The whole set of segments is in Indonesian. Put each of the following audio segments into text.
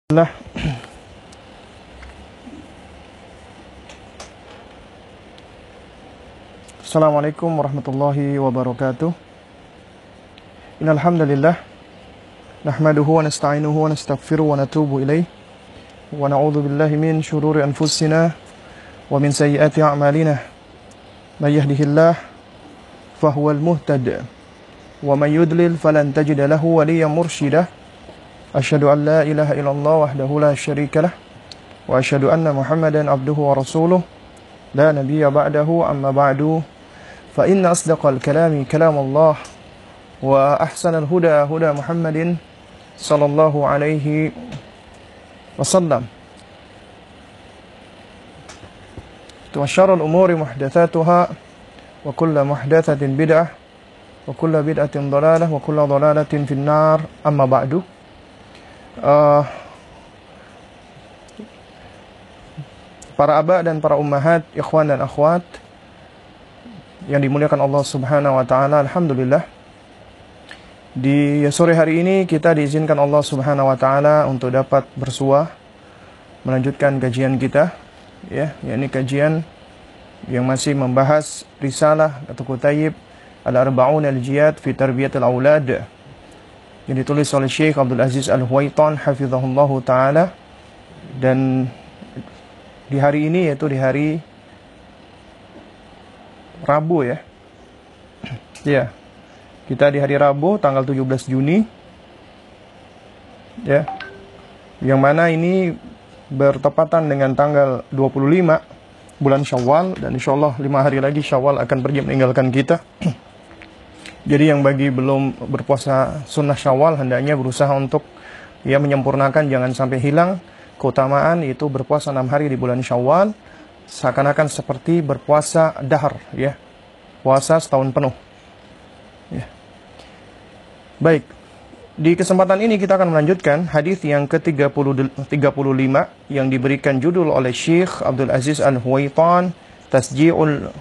Bismillah. Assalamualaikum warahmatullahi wabarakatuh. Innal hamdalillah nahmaduhu wa nasta'inuhu wa nastaghfiruhu wa natubu ilaih wa na'udzu billahi min shururi anfusina wa min sayyiati a'malina. May yahdihillahu fahuwal muhtadi wa may yudlil falan tajida lahu waliyyan mursyida. Asyhadu an la ilaha illallah wahdahu la syarika lah wa asyhadu anna Muhammadan abduhu wa rasuluh la nabiyya ba'dahu amma ba'du fa inna asdaqal kalami kalamullah wa ahsanal huda huda Muhammadin sallallahu alaihi wasallam wa syarrul umuri muhdatsatuha wa kullu muhdatsatin bid'ah wa kullu bid'atin dhalalah wa kullu dhalalatin finnar amma ba'du. Para aba dan para ummahat, ikhwan dan akhwat yang dimuliakan Allah Subhanahu wa taala, alhamdulillah di sore hari ini kita diizinkan Allah Subhanahu wa taala untuk dapat bersuah melanjutkan kajian kita, ya, yakni kajian yang masih membahas risalah atau kutayib Al-Arba'un Al-Jiyad fi Tarbiyatil Aulad yang ditulis oleh Syekh Abdul Aziz Al-Huwaitan hafizahullahu ta'ala. Dan di hari ini, yaitu di hari Rabu, ya. Ya, kita di hari Rabu tanggal 17 Juni, ya, yang mana ini bertepatan dengan tanggal 25 bulan Syawal, dan insyaallah 5 hari lagi Syawal akan pergi meninggalkan kita. Jadi yang bagi belum berpuasa sunnah Syawal hendaknya berusaha untuk menyempurnakan, jangan sampai hilang keutamaan itu berpuasa 6 hari di bulan Syawal, seakan-akan seperti berpuasa dahar, ya, puasa setahun penuh, ya. Baik, di kesempatan ini kita akan melanjutkan hadis yang ke-35 yang diberikan judul oleh Syekh Abdul Aziz Al-Huwaitan, Tasji'ul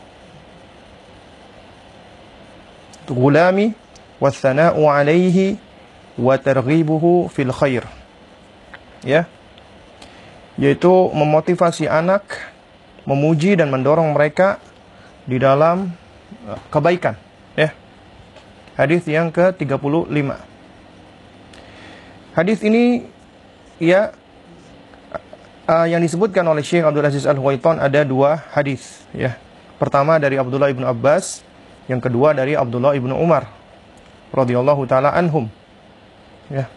Ghulami wa thana'u alaihi wa targhibuhu fil khair, ya, yaitu memotivasi anak, memuji dan mendorong mereka di dalam kebaikan, ya. Hadis yang ke-35. Hadis ini, ya, yang disebutkan oleh Syekh Abdul Aziz Al-Huwaitan ada 2 hadis, ya. Pertama dari Abdullah ibn Abbas, yang kedua dari Abdullah ibnu Umar radhiyallahu taala anhum, ya.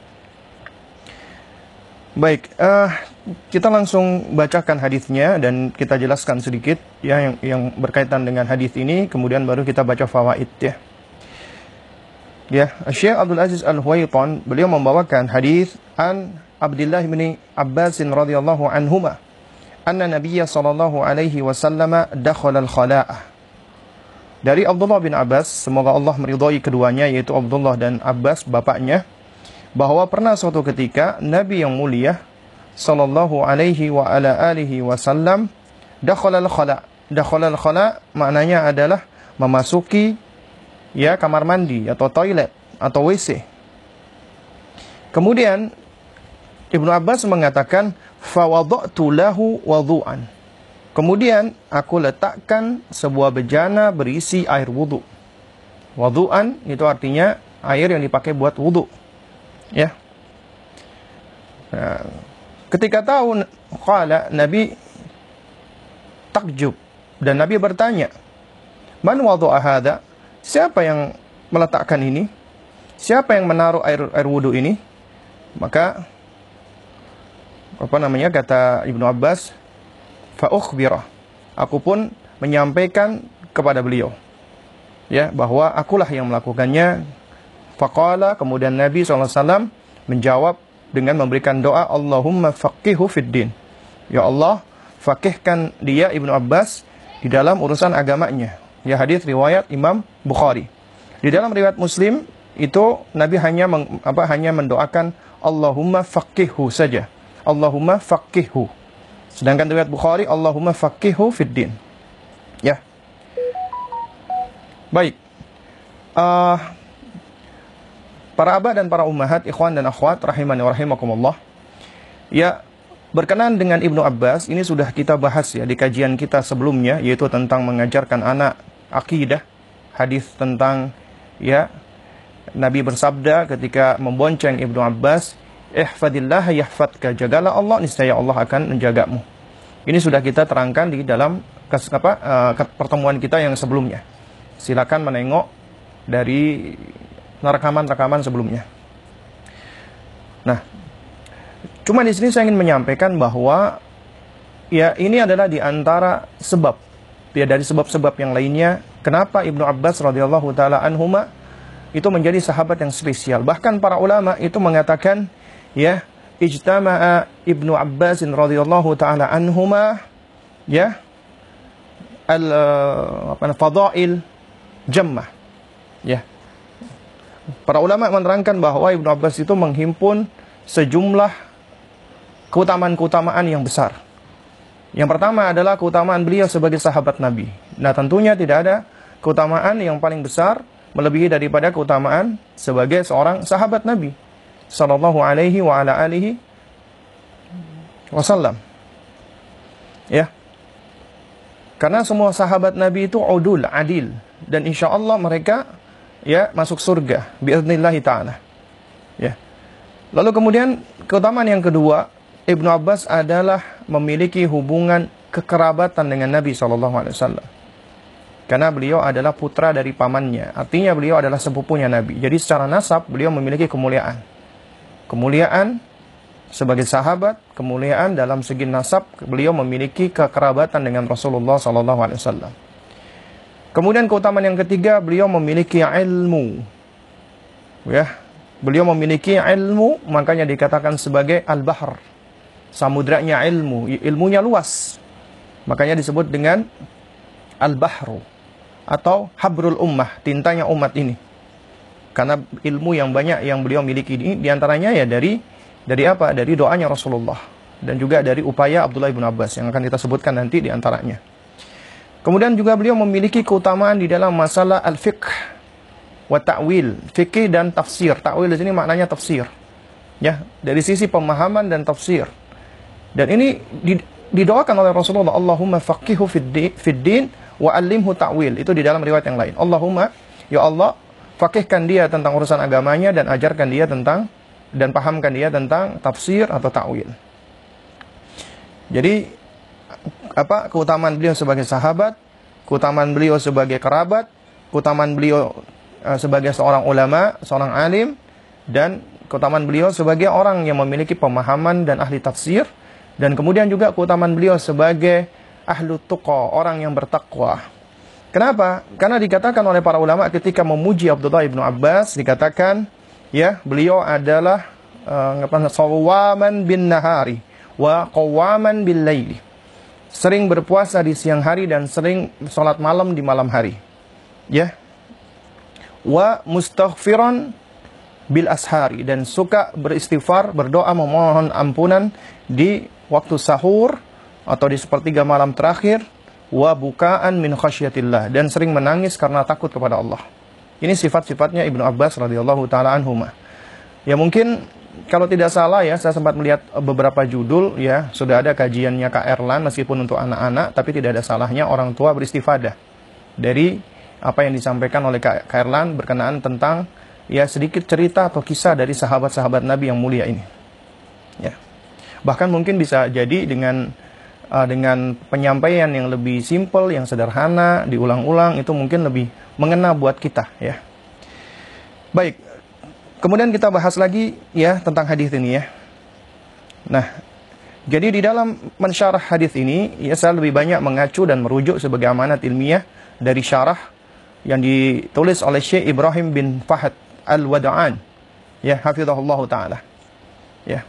Baik, kita langsung bacakan hadisnya dan kita jelaskan sedikit, ya, yang berkaitan dengan hadis ini, kemudian baru kita baca fawaid, ya. Ya, Syekh Abdul Aziz Al-Huwaitan beliau membawakan hadis an Abdullah bin Abbas radhiyallahu anhuma anna Nabiyya sallallahu alaihi wasallam dakhala al-khala'ah. Dari Abdullah bin Abbas, semoga Allah meridhai keduanya, yaitu Abdullah dan Abbas bapaknya, bahwa pernah suatu ketika Nabi yang mulia sallallahu alaihi wa ala alihi wasallam dakhala al-khala. Dakhala al-khala maknanya adalah memasuki, ya, kamar mandi atau toilet atau WC. Kemudian Ibnu Abbas mengatakan fa wada'tu lahu wudu'an. Kemudian aku letakkan sebuah bejana berisi air wudu. Wudu'an itu artinya air yang dipakai buat wudu, ya. Nah, ketika tahu, qala, Nabi takjub, dan Nabi bertanya, man wadu'a hadha? Siapa yang meletakkan ini? Siapa yang menaruh air wudu ini? Maka kata Ibnu Abbas, fa ukhbirah, aku pun menyampaikan kepada beliau, ya, bahwa akulah yang melakukannya. Faqala, kemudian Nabi SAW menjawab dengan memberikan doa, Allahumma faqihhu fid din, ya Allah, faqihkan dia, Ibnu Abbas, di dalam urusan agamanya. Ya, hadis riwayat Imam Bukhari. Di dalam riwayat Muslim itu Nabi hanya mendoakan Allahumma faqihhu saja, Allahumma faqihhu. Sedangkan riwayat Bukhari, Allahumma faqihhu fid din, ya. Baik, para abah dan para ummahat, ikhwan dan akhwat rahimani wa rahimakumullah, Ya, berkenaan dengan Ibnu Abbas, ini sudah kita bahas ya di kajian kita sebelumnya, yaitu tentang mengajarkan anak akidah, hadis tentang ya Nabi bersabda ketika membonceng Ibnu Abbas, ihfadillah yahfadka, jagalah Allah, niscaya Allah akan menjagamu. Ini sudah kita terangkan di dalam pertemuan kita yang sebelumnya. Silakan menengok dari rekaman-rekaman sebelumnya. Nah, cuma di sini saya ingin menyampaikan bahwa ya ini adalah di antara sebab ya dari sebab-sebab yang lainnya kenapa Ibnu Abbas radhiyallahu taala anhuma itu menjadi sahabat yang spesial. Bahkan para ulama itu mengatakan ya ijtama'a Ibnu Abbas radhiyallahu taala anhuma ya fadail jammah. Ya. Para ulama menerangkan bahwa Ibnu Abbas itu menghimpun sejumlah keutamaan-keutamaan yang besar. Yang pertama adalah keutamaan beliau sebagai sahabat Nabi. Nah, tentunya tidak ada keutamaan yang paling besar melebihi daripada keutamaan sebagai seorang sahabat Nabi sallallahu alaihi wa ala alihi wasallam. Ya. Karena semua sahabat Nabi itu udul, adil, dan insyaallah mereka ya masuk surga biiznillah taala. Ya. Lalu kemudian keutamaan yang kedua, Ibnu Abbas adalah memiliki hubungan kekerabatan dengan Nabi SAW. Karena beliau adalah putra dari pamannya. Artinya beliau adalah sepupunya Nabi. Jadi secara nasab beliau memiliki kemuliaan. Kemuliaan sebagai sahabat, kemuliaan dalam segi nasab, beliau memiliki kekerabatan dengan Rasulullah SAW. Kemudian keutamaan yang ketiga, beliau memiliki ilmu. Ya, beliau memiliki ilmu, makanya dikatakan sebagai al-bahr. Samudranya ilmu, ilmunya luas. Makanya disebut dengan al-bahru atau habrul ummah, tintanya umat ini. Karena ilmu yang banyak yang beliau miliki ini diantaranya ya dari apa? Dari doanya Rasulullah dan juga dari upaya Abdullah bin Abbas yang akan kita sebutkan nanti diantaranya. Kemudian juga beliau memiliki keutamaan di dalam masalah al-fiqh wa ta'wil, fikih dan tafsir. Ta'wil di sini maknanya tafsir. Ya, dari sisi pemahaman dan tafsir. Dan ini didoakan oleh Rasulullah, Allahumma faqihu fid din wa 'allimhu ta'wil. Itu di dalam riwayat yang lain. Allahumma, ya Allah, faqihkan dia tentang urusan agamanya dan ajarkan dia tentang dan pahamkan dia tentang tafsir atau ta'wil. Jadi apa keutamaan beliau sebagai sahabat, keutamaan beliau sebagai kerabat, keutamaan beliau sebagai seorang ulama, seorang alim, dan keutamaan beliau sebagai orang yang memiliki pemahaman dan ahli tafsir, dan kemudian juga keutamaan beliau sebagai ahlu tuqa, orang yang bertakwa. Kenapa? Karena dikatakan oleh para ulama ketika memuji Abdullah ibnu Abbas, dikatakan ya beliau adalah sawaman bin nahari wa qawaman bil laili. Sering berpuasa di siang hari dan sering sholat malam di malam hari. Ya. Wa mustaghfiran bil ashari, dan suka beristighfar, berdoa memohon ampunan di waktu sahur atau di sepertiga malam terakhir. Wa bukaan min khasyatillah, dan sering menangis karena takut kepada Allah. Ini sifat-sifatnya Ibnu Abbas radhiyallahu taala anhuma. Ya mungkin kalau tidak salah ya, saya sempat melihat beberapa judul ya, sudah ada kajiannya Kak Erlan meskipun untuk anak-anak, tapi tidak ada salahnya orang tua beristifadah dari apa yang disampaikan oleh Kak Erlan berkenaan tentang ya sedikit cerita atau kisah dari sahabat-sahabat Nabi yang mulia ini. Ya. Bahkan mungkin bisa jadi dengan penyampaian yang lebih simpel, yang sederhana, diulang-ulang, itu mungkin lebih mengena buat kita ya. Baik. Kemudian kita bahas lagi ya tentang hadis ini ya. Nah, jadi di dalam mensyarah hadis ini ya saya lebih banyak mengacu dan merujuk sebagai amanat ilmiah dari syarah yang ditulis oleh Syekh Ibrahim bin Fahd Al-Wada'an ya, hafizahullah taala. Ya.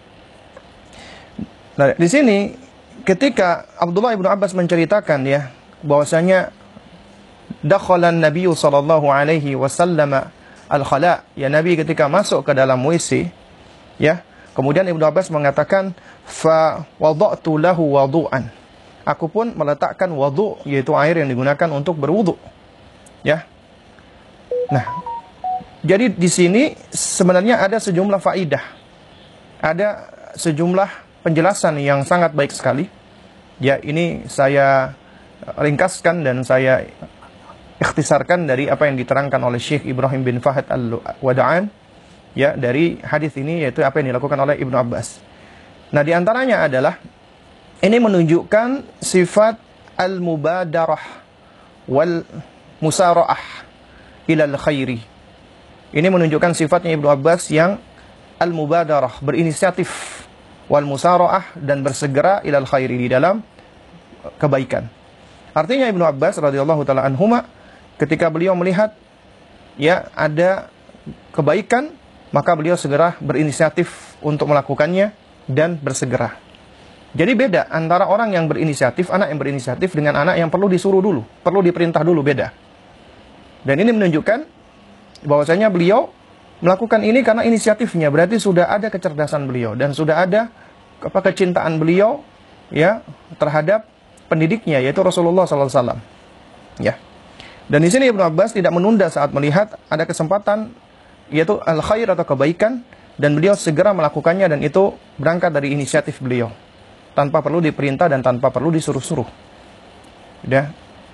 Nah, di sini ketika Abdullah bin Abbas menceritakan ya bahwasanya dakhalan Nabi sallallahu alaihi wasallam al-khala, ya Nabi ketika masuk ke dalam WC ya, kemudian Ibnu Abbas mengatakan fa wada'tu lahu wudu'an, aku pun meletakkan wudu, yaitu air yang digunakan untuk berwudu ya. Nah, jadi di sini sebenarnya ada sejumlah faidah, ada sejumlah penjelasan yang sangat baik sekali. Ya, ini saya ringkaskan dan saya ikhtisarkan dari apa yang diterangkan oleh Syekh Ibrahim bin Fahad Al-Wada'an, ya, dari hadis ini, yaitu apa yang dilakukan oleh Ibnu Abbas. Nah, di antaranya adalah ini menunjukkan sifat al-mubadarah wal musara'ah ilal khairi. Ini menunjukkan sifatnya Ibnu Abbas yang al-mubadarah, berinisiatif, wal musara'ah, dan bersegera ilal khairi, di dalam kebaikan. Artinya Ibnu Abbas radhiyallahu taala anhuma, ketika beliau melihat ya ada kebaikan, maka beliau segera berinisiatif untuk melakukannya dan bersegera. Jadi beda antara orang yang berinisiatif, anak yang berinisiatif, dengan anak yang perlu disuruh dulu, perlu diperintah dulu, beda. Dan ini menunjukkan bahwasanya beliau melakukan ini karena inisiatifnya, berarti sudah ada kecerdasan beliau dan sudah ada kecintaan beliau ya terhadap pendidiknya, yaitu Rasulullah SAW. Ya. Dan di sini Ibnu Abbas tidak menunda saat melihat ada kesempatan, yaitu al-khair atau kebaikan, dan beliau segera melakukannya, dan itu berangkat dari inisiatif beliau, tanpa perlu diperintah dan tanpa perlu disuruh-suruh. Ya.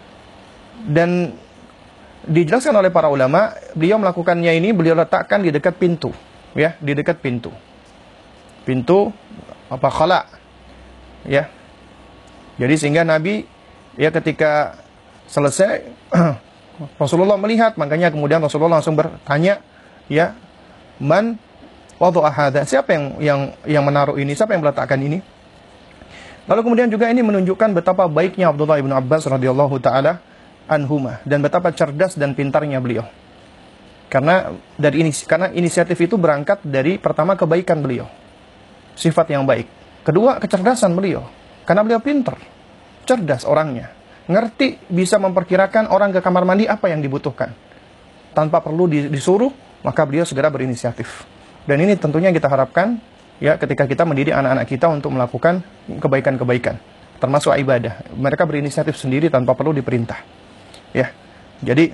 Dan dijelaskan oleh para ulama, beliau melakukannya ini, beliau letakkan di dekat pintu, ya, di dekat pintu. Pintu apa, khala. Ya. Jadi sehingga Nabi ya ketika selesai Rasulullah melihat, makanya kemudian Rasulullah langsung bertanya, ya, man wadha'a hadza? Siapa yang menaruh ini? Siapa yang meletakkan ini? Lalu kemudian juga ini menunjukkan betapa baiknya Abdullah bin Abbas radhiyallahu taala anhuma, dan betapa cerdas dan pintarnya beliau. Karena inisiatif itu berangkat dari, pertama, kebaikan beliau, sifat yang baik. Kedua, kecerdasan beliau, karena beliau pintar, cerdas orangnya, ngerti, bisa memperkirakan orang ke kamar mandi apa yang dibutuhkan. Tanpa perlu disuruh, maka beliau segera berinisiatif. Dan ini tentunya kita harapkan ya ketika kita mendidik anak-anak kita untuk melakukan kebaikan-kebaikan, termasuk ibadah. Mereka berinisiatif sendiri tanpa perlu diperintah. Ya. Jadi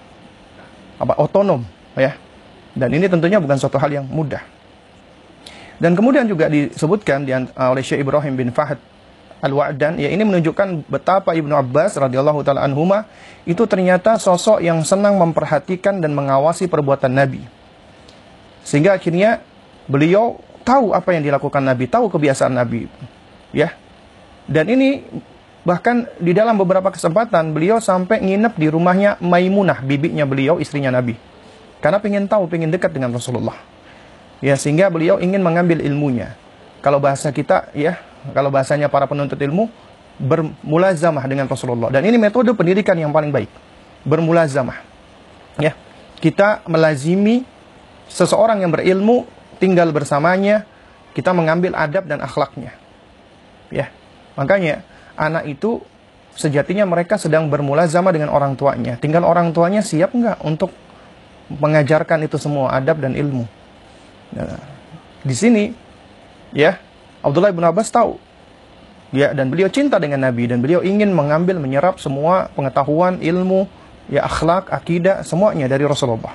otonom, ya. Dan ini tentunya bukan suatu hal yang mudah. Dan kemudian juga disebutkan oleh Syekh Ibrahim bin Fahad Al-Wa'dan, ya, ini menunjukkan betapa Ibnu Abbas radhiyallahu taala anhuma itu ternyata sosok yang senang memperhatikan dan mengawasi perbuatan Nabi. Sehingga akhirnya beliau tahu apa yang dilakukan Nabi, tahu kebiasaan Nabi. Ya. Dan ini bahkan di dalam beberapa kesempatan beliau sampai nginep di rumahnya Maimunah, bibinya beliau, istrinya Nabi. Karena ingin tahu, ingin dekat dengan Rasulullah. Ya, sehingga beliau ingin mengambil ilmunya. Kalau bahasa kita, ya, kalau bahasanya para penuntut ilmu, bermulazamah dengan Rasulullah. Dan ini metode pendidikan yang paling baik. Bermulazamah. Ya, kita melazimi seseorang yang berilmu, tinggal bersamanya, kita mengambil adab dan akhlaknya. Ya, makanya anak itu sejatinya mereka sedang bermulazamah dengan orang tuanya. Tinggal orang tuanya siap nggak untuk mengajarkan itu semua adab dan ilmu. Nah, di sini, ya, Abdullah bin Abbas tahu, ya, dan beliau cinta dengan Nabi, dan beliau ingin mengambil, menyerap semua pengetahuan, ilmu, ya, akhlak, akidah, semuanya dari Rasulullah.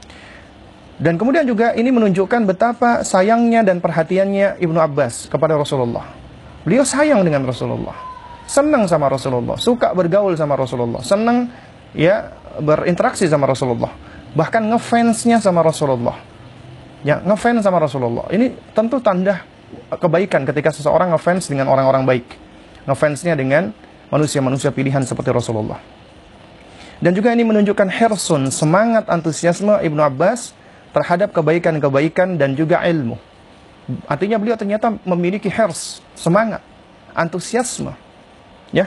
Dan kemudian juga ini menunjukkan betapa sayangnya dan perhatiannya Ibnu Abbas kepada Rasulullah. Beliau sayang dengan Rasulullah, senang sama Rasulullah, suka bergaul sama Rasulullah, senang, ya, berinteraksi sama Rasulullah, bahkan ngefansnya sama Rasulullah. Ya, ngefans sama Rasulullah. Ini tentu tanda kebaikan ketika seseorang ngefans dengan orang-orang baik. Ngefansnya dengan manusia-manusia pilihan seperti Rasulullah. Dan juga ini menunjukkan hirsun, semangat, antusiasme Ibnu Abbas terhadap kebaikan-kebaikan dan juga ilmu. Artinya beliau ternyata memiliki hirs, semangat, antusiasme. Ya.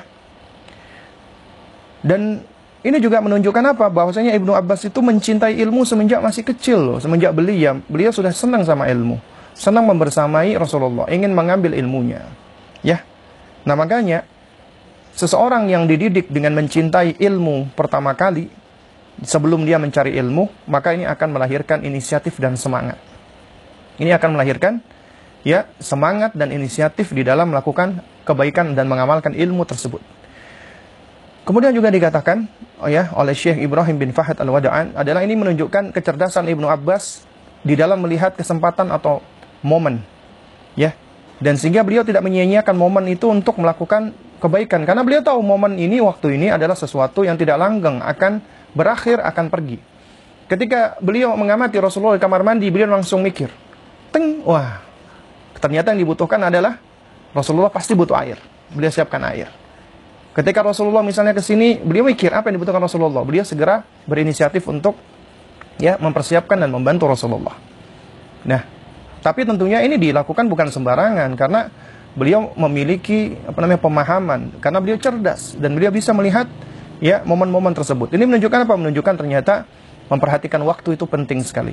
Dan ini juga menunjukkan apa? Bahwasanya Ibnu Abbas itu mencintai ilmu semenjak masih kecil loh. Semenjak beliau sudah senang sama ilmu. Senang membersamai Rasulullah, ingin mengambil ilmunya. Ya. Nah, makanya seseorang yang dididik dengan mencintai ilmu pertama kali, sebelum dia mencari ilmu, maka ini akan melahirkan inisiatif dan semangat. Ini akan melahirkan, ya, semangat dan inisiatif di dalam melakukan kebaikan dan mengamalkan ilmu tersebut. Kemudian juga dikatakan oleh Syekh Ibrahim bin Fahad Al-Wada'an adalah ini menunjukkan kecerdasan Ibnu Abbas di dalam melihat kesempatan atau momen, ya, Dan sehingga beliau tidak menyia-nyiakan momen itu untuk melakukan kebaikan. Karena beliau tahu momen ini, waktu ini adalah sesuatu yang tidak langgeng, akan berakhir, akan pergi. Ketika beliau mengamati Rasulullah di kamar mandi, beliau langsung mikir, wah, ternyata yang dibutuhkan adalah Rasulullah pasti butuh air. Beliau siapkan air. Ketika Rasulullah misalnya ke sini, beliau mikir apa yang dibutuhkan Rasulullah. Beliau segera berinisiatif untuk mempersiapkan dan membantu Rasulullah. Nah, tapi tentunya ini dilakukan bukan sembarangan, karena beliau memiliki pemahaman, karena beliau cerdas dan beliau bisa melihat momen-momen tersebut. Ini menunjukkan apa? Menunjukkan ternyata memperhatikan waktu itu penting sekali.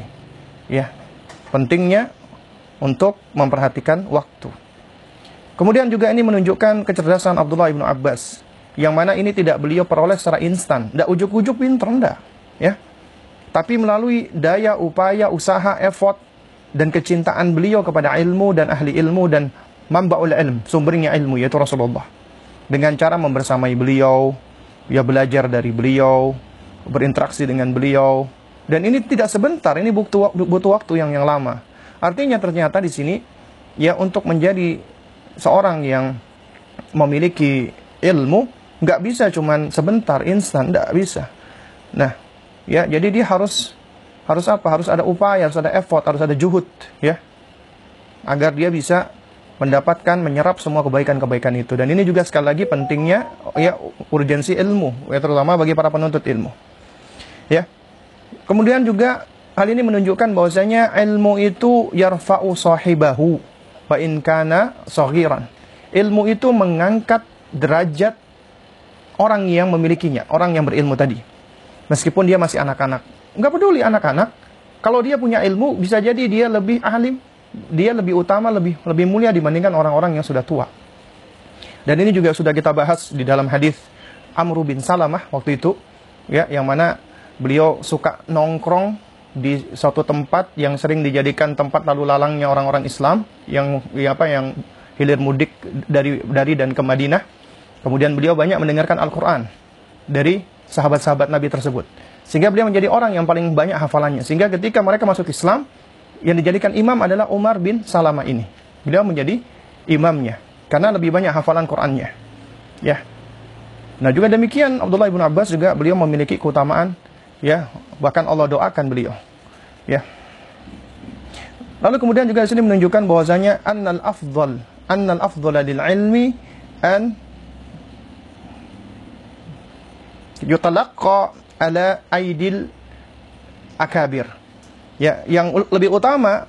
Pentingnya untuk memperhatikan waktu. Kemudian juga ini menunjukkan kecerdasan Abdullah ibnu Abbas, yang mana ini tidak beliau peroleh secara instan, tidak ujuk-ujuk pinter, enggak, tapi melalui daya, upaya, usaha, effort, dan kecintaan beliau kepada ilmu dan ahli ilmu dan mamba'ul ilm, sumbernya ilmu, yaitu Rasulullah. Dengan cara membersamai beliau, belajar dari beliau, berinteraksi dengan beliau. Dan ini tidak sebentar, ini butuh waktu yang lama. Artinya ternyata di sini, untuk menjadi seorang yang memiliki ilmu, nggak bisa cuman sebentar, instan, nggak bisa. Nah, jadi dia harus apa? Harus ada upaya, harus ada effort, harus ada juhud, agar dia bisa mendapatkan, menyerap semua kebaikan-kebaikan itu. Dan ini juga sekali lagi pentingnya, urgensi ilmu, terutama bagi para penuntut ilmu. Kemudian juga hal ini menunjukkan bahwasanya ilmu itu yarfa'u sahibahu wa in kana saghiran. Ilmu itu mengangkat derajat orang yang memilikinya, orang yang berilmu tadi, meskipun dia masih anak-anak. Nggak peduli anak-anak, kalau dia punya ilmu, bisa jadi dia lebih alim, dia lebih utama, lebih mulia dibandingkan orang-orang yang sudah tua. Dan ini juga sudah kita bahas di dalam hadis Amr bin Salamah waktu itu, yang mana beliau suka nongkrong di suatu tempat yang sering dijadikan tempat lalu lalangnya orang-orang Islam yang hilir mudik dari dan ke Madinah. Kemudian beliau banyak mendengarkan Al-Quran dari sahabat-sahabat Nabi tersebut, sehingga beliau menjadi orang yang paling banyak hafalannya. Sehingga ketika mereka masuk Islam, yang dijadikan imam adalah Umar bin Salamah ini. Beliau menjadi imamnya karena lebih banyak hafalan Qurannya. Nah juga demikian Abdullah ibn Abbas juga beliau memiliki keutamaan, bahkan Allah doakan beliau. Lalu kemudian juga di sini menunjukkan bahwasanya annal afdal lil ilmi an yutalaqqa ala aidil akabir. Yang lebih utama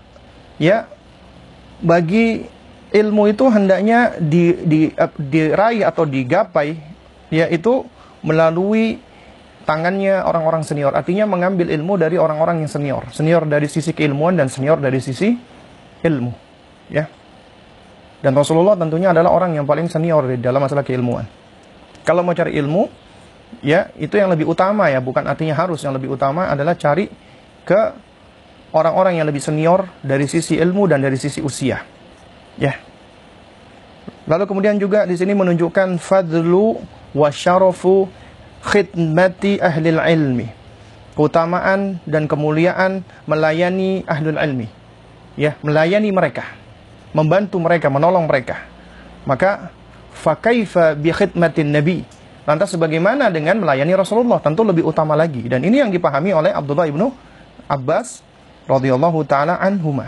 bagi ilmu itu hendaknya diraih atau digapai, yaitu melalui tangannya orang-orang senior. Artinya mengambil ilmu dari orang-orang yang senior dari sisi keilmuan dan senior dari sisi ilmu, Dan Rasulullah tentunya adalah orang yang paling senior di dalam masalah keilmuan. Kalau mau cari ilmu, itu yang lebih utama, bukan artinya harus. Yang lebih utama adalah cari ke orang-orang yang lebih senior dari sisi ilmu dan dari sisi usia. Lalu kemudian juga di sini menunjukkan fadlu wa syarafu khidmati ahlil ilmi, keutamaan dan kemuliaan melayani ahlul ilmi, melayani mereka, membantu mereka, menolong mereka. Maka fakaifa bi khidmatin nabi, lantas bagaimana dengan melayani Rasulullah? Tentu lebih utama lagi. Dan ini yang dipahami oleh Abdullah ibnu Abbas radhiyallahu taala anhuma.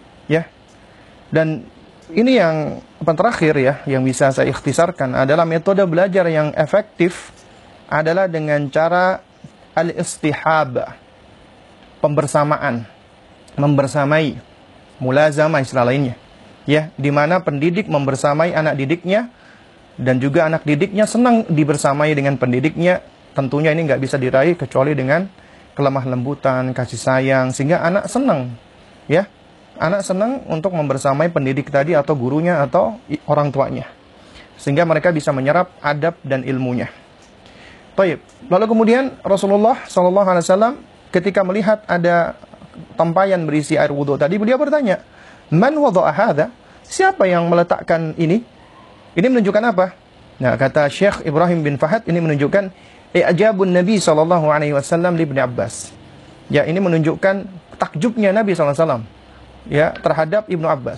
Dan ini yang terakhir yang bisa saya ikhtisarkan adalah metode belajar yang efektif adalah dengan cara al-istihab, pembersamaan, membersamai, mulazamah istilah lainnya, di mana pendidik membersamai anak didiknya dan juga anak didiknya senang dibersamai dengan pendidiknya. Tentunya ini nggak bisa diraih kecuali dengan kelemah lembutan, kasih sayang, sehingga anak senang, anak senang untuk membersamai pendidik tadi atau gurunya atau orang tuanya, sehingga mereka bisa menyerap adab dan ilmunya. Baik. Lalu kemudian Rasulullah SAW ketika melihat ada tempayan berisi air wudhu tadi, beliau bertanya, Man wada'a hadha? Siapa yang meletakkan ini? Ini menunjukkan apa? Nah, kata Syekh Ibrahim bin Fahad, ini menunjukkan i'jabun Nabi SAW li Ibn Abbas. Ini menunjukkan takjubnya Nabi SAW terhadap Ibnu Abbas.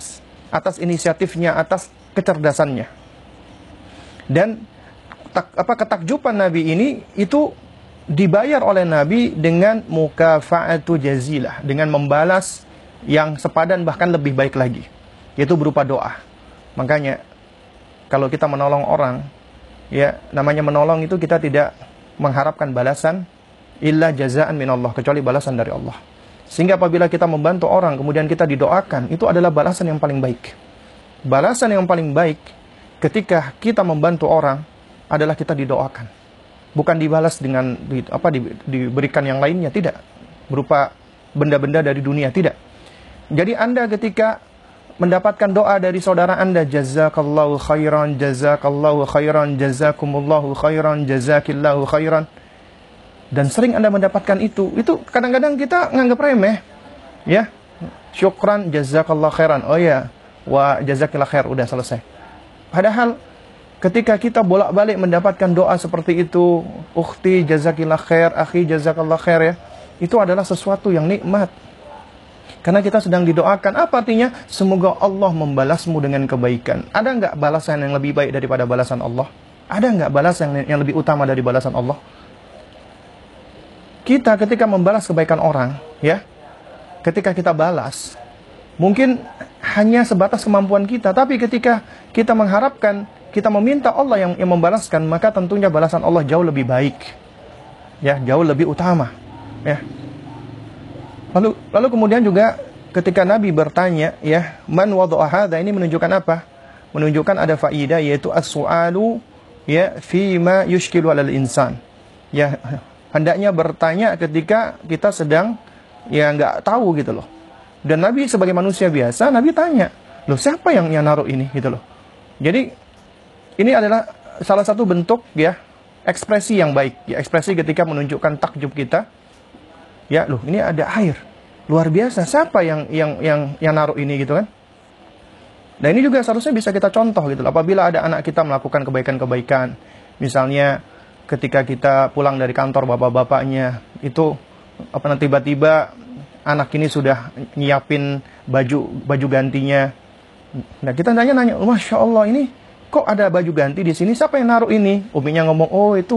atas inisiatifnya, atas kecerdasannya. Dan ketakjuban Nabi ini itu dibayar oleh Nabi dengan mukafa'atu jazilah, dengan membalas yang sepadan bahkan lebih baik lagi, yaitu berupa doa. Makanya kalau kita menolong orang, ya namanya menolong itu kita tidak mengharapkan balasan illa jazaan minallah, kecuali balasan dari Allah. Sehingga apabila kita membantu orang kemudian kita didoakan, itu adalah balasan yang paling baik. Balasan yang paling baik ketika kita membantu orang adalah kita didoakan. Bukan dibalas dengan diberikan yang lainnya, tidak. Berupa benda-benda dari dunia, tidak. Jadi Anda ketika mendapatkan doa dari saudara Anda, jazakallahu khairan, jazakallahu khairan, jazakumullahu khairan, jazakillahu khairan, dan sering Anda mendapatkan itu kadang-kadang kita nganggap remeh. Ya, syukran, jazakallahu khairan, oh ya, wa jazakillahu khair, udah selesai. Padahal ketika kita bolak-balik mendapatkan doa seperti itu, ukhti jazakillah khair, akhi jazakallah khair, ya, itu adalah sesuatu yang nikmat. Karena kita sedang didoakan. Apa artinya? Semoga Allah membalasmu dengan kebaikan. Ada nggak balasan yang lebih baik daripada balasan Allah? Ada nggak balasan yang lebih utama dari balasan Allah? Kita ketika membalas kebaikan orang, ya, ketika kita balas, mungkin hanya sebatas kemampuan kita. Tapi ketika kita mengharapkan, kita meminta Allah yang membalaskan, maka tentunya balasan Allah jauh lebih baik, ya, jauh lebih utama, ya. Lalu kemudian juga ketika Nabi bertanya, ya, man wada'a hadza, ini menunjukkan apa? Menunjukkan ada faidah, yaitu as-su'alu, ya, fima yushkilu 'alal insan. Ya, hendaknya bertanya ketika kita sedang ya nggak tahu gitu loh. Dan Nabi sebagai manusia biasa, Nabi tanya, loh siapa yang naruh ini gitu loh. Jadi ini adalah salah satu bentuk, ya, ekspresi yang baik, ya, ekspresi ketika menunjukkan takjub kita. Ya, loh ini ada air, luar biasa, siapa yang naruh ini gitu kan. Nah ini juga seharusnya bisa kita contoh gitu loh. Apabila ada anak kita melakukan kebaikan-kebaikan, misalnya ketika kita pulang dari kantor, bapak-bapaknya itu tiba-tiba anak ini sudah nyiapin baju gantinya. Nah kita nanya, Masya Allah, ini kok ada baju ganti di sini? Siapa yang naruh ini? Uminya ngomong, oh itu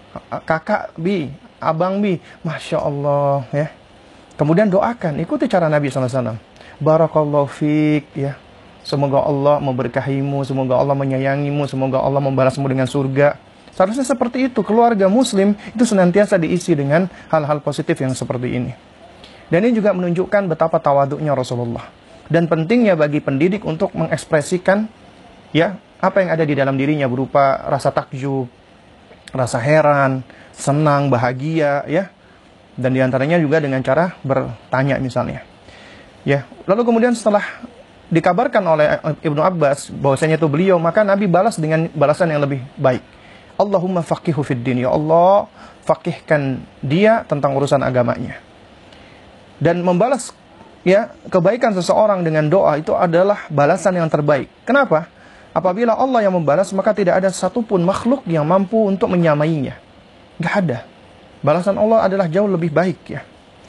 kakak Bi, abang Bi. Masya Allah, ya. Kemudian doakan, ikuti cara Nabi SAW. Barakallahu fiik, ya. Semoga Allah memberkahimu, semoga Allah menyayangimu, semoga Allah membalasmu dengan surga. Seharusnya seperti itu. Keluarga Muslim itu senantiasa diisi dengan hal-hal positif yang seperti ini. Dan ini juga menunjukkan betapa tawaduknya Rasulullah. Dan pentingnya bagi pendidik untuk mengekspresikan, ya, apa yang ada di dalam dirinya berupa rasa takjub, rasa heran, senang, bahagia, ya. Dan diantaranya juga dengan cara bertanya misalnya. Ya, lalu kemudian setelah dikabarkan oleh Ibnu Abbas bahwasanya itu beliau, maka Nabi balas dengan balasan yang lebih baik. Allahumma faqihu fid din, ya Allah, faqihkan dia tentang urusan agamanya. Dan membalas, ya, kebaikan seseorang dengan doa itu adalah balasan yang terbaik. Kenapa? Apabila Allah yang membalas, maka tidak ada satupun makhluk yang mampu untuk menyamainya. Gak ada. Balasan Allah adalah jauh lebih baik, ya.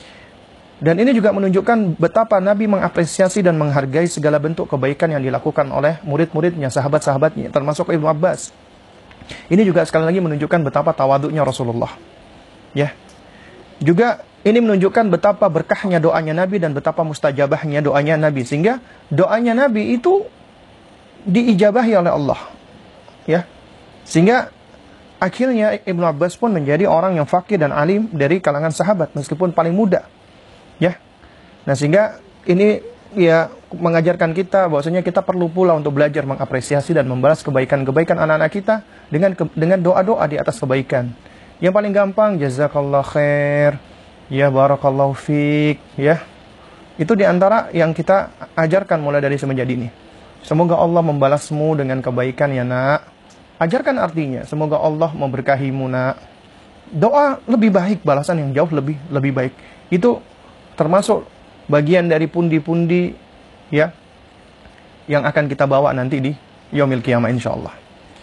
Dan ini juga menunjukkan betapa Nabi mengapresiasi dan menghargai segala bentuk kebaikan yang dilakukan oleh murid-muridnya, sahabat-sahabatnya, termasuk Ibnu Abbas. Ini juga sekali lagi menunjukkan betapa tawaduknya Rasulullah, ya. Juga ini menunjukkan betapa berkahnya doanya Nabi dan betapa mustajabahnya doanya Nabi. Sehingga doanya Nabi itu diijabahi oleh Allah, ya. Sehingga akhirnya Ibnu Abbas pun menjadi orang yang faqih dan alim dari kalangan sahabat, meskipun paling muda, ya. Nah sehingga ini, ya, mengajarkan kita bahwasanya kita perlu pula untuk belajar mengapresiasi dan membalas kebaikan-kebaikan anak-anak kita dengan doa-doa di atas kebaikan. Yang paling gampang, jazakallah khair, ya, barakallahu fiik, ya. Itu diantara yang kita ajarkan mulai dari semenjak dini. Semoga Allah membalasmu dengan kebaikan, ya nak. Ajarkan artinya, semoga Allah memberkahimu, nak. Doa lebih baik, balasan yang jauh lebih baik. Itu termasuk bagian dari pundi-pundi, ya, yang akan kita bawa nanti di yaumil qiyamah insyaallah.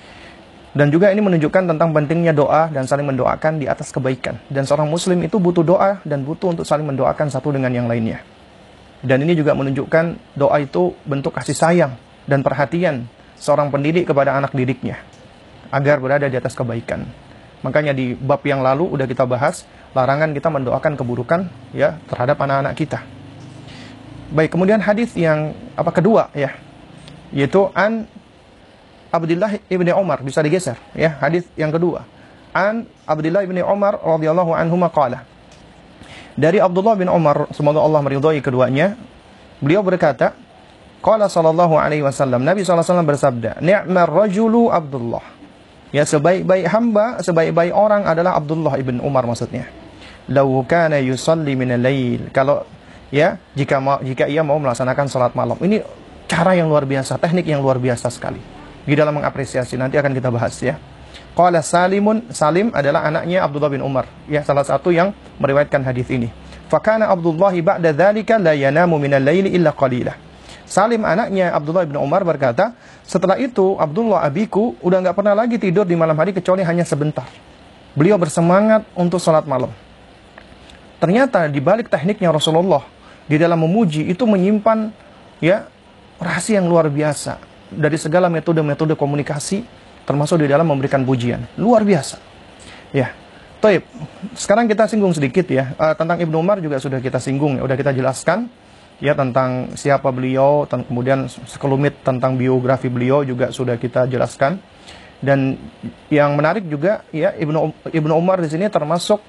Dan juga ini menunjukkan tentang pentingnya doa dan saling mendoakan di atas kebaikan. Dan seorang muslim itu butuh doa dan butuh untuk saling mendoakan satu dengan yang lainnya. Dan ini juga menunjukkan doa itu bentuk kasih sayang dan perhatian seorang pendidik kepada anak didiknya agar berada di atas kebaikan. Makanya di bab yang lalu udah kita bahas larangan kita mendoakan keburukan ya terhadap anak-anak kita. Baik, kemudian hadis yang kedua ya, yaitu an Abdullah ibni Umar, bisa digeser ya, hadis yang kedua. An Abdullah ibni Umar radhiyallahu anhu qala. Dari Abdullah bin Umar, semoga Allah meridhai keduanya, beliau berkata, qala sallallahu alaihi wasallam, Nabi sallallahu alaihi wasallam bersabda, ni'mar rajulu Abdullah. Ya, sebaik-baik hamba, sebaik-baik orang adalah Abdullah ibn Umar maksudnya. Lau kana yusalli minal lail. Kalau ya, jika ia mau melaksanakan salat malam. Ini cara yang luar biasa, teknik yang luar biasa sekali di dalam mengapresiasi. Nanti akan kita bahas ya. Qala Salim adalah anaknya Abdullah bin Umar, ya, salah satu yang meriwayatkan hadis ini. Fakana Abdullah ba'da dzalika la yanamu minal laili illa qalilah. Salim anaknya Abdullah bin Umar berkata, setelah itu Abdullah abiku udah nggak pernah lagi tidur di malam hari kecuali hanya sebentar. Beliau bersemangat untuk salat malam. Ternyata di balik tekniknya Rasulullah di dalam memuji itu menyimpan ya rahasia yang luar biasa dari segala metode-metode komunikasi, termasuk di dalam memberikan pujian. Luar biasa. Ya. Taib. Sekarang kita singgung sedikit ya. Tentang Ibnu Umar juga sudah kita singgung, ya, sudah kita jelaskan ya tentang siapa beliau, kemudian sekelumit tentang biografi beliau juga sudah kita jelaskan. Dan yang menarik juga ya, Ibnu Umar di sini termasuk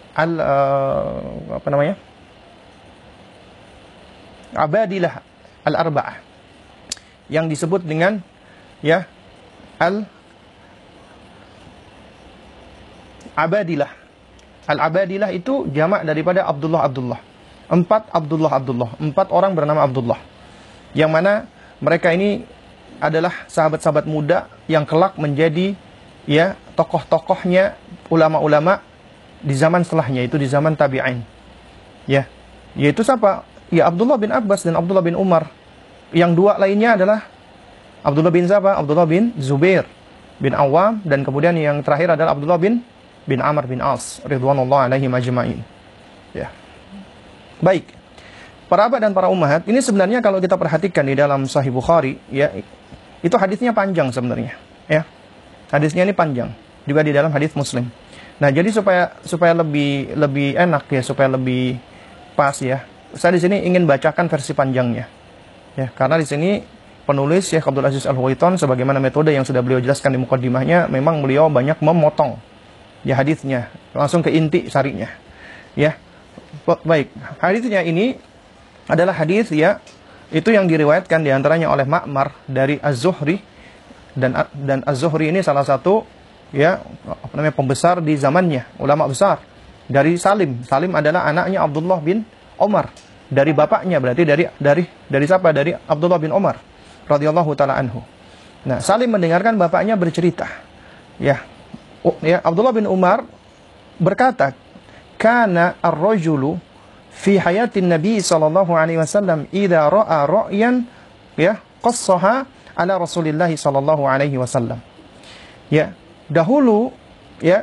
Abadilah al-arba'ah yang disebut dengan ya Abadilah. Al-Abadilah itu jamak daripada Abdullah. 4 Abdullah. 4 orang bernama Abdullah. Yang mana mereka ini adalah sahabat-sahabat muda yang kelak menjadi ya tokoh-tokohnya ulama-ulama di zaman setelahnya, itu di zaman tabi'in. Ya. Yaitu siapa? Ya Abdullah bin Abbas dan Abdullah bin Umar. Yang dua lainnya adalah Abdullah bin siapa? Abdullah bin Zubair bin Awam, dan kemudian yang terakhir adalah Abdullah bin Amr bin As ridwanullah alaihim ajma'in. Ya. Baik. Para abad dan para ummahat, ini sebenarnya kalau kita perhatikan di dalam Sahih Bukhari ya, itu hadisnya panjang sebenarnya, ya. Hadisnya ini panjang, juga di dalam hadis Muslim. Nah, jadi supaya lebih enak ya, supaya lebih pas ya. Saya di sini ingin bacakan versi panjangnya. Ya, karena di sini penulis Syekh Abdul Aziz Al-Huwaiton sebagaimana metode yang sudah beliau jelaskan di mukaddimahnya, memang beliau banyak memotong ya hadisnya, langsung ke inti sarinya. Ya. Baik, hadisnya ini adalah hadis ya, itu yang diriwayatkan diantaranya oleh Ma'mar dari Az-Zuhri, dan Az-Zuhri ini salah satu ya pembesar di zamannya, ulama besar. Dari Salim adalah anaknya Abdullah bin Umar, dari bapaknya, berarti dari siapa? Dari Abdullah bin Umar radhiyallahu taala anhu. Nah, Salim mendengarkan bapaknya bercerita. Ya, Abdullah bin Umar berkata, kana ar-rajulu fi hayatin Nabi sallallahu alaihi wasallam idza ra'a ra'yan ya qassaha ala Rasulillah sallallahu alaihi wasallam. Ya, dahulu ya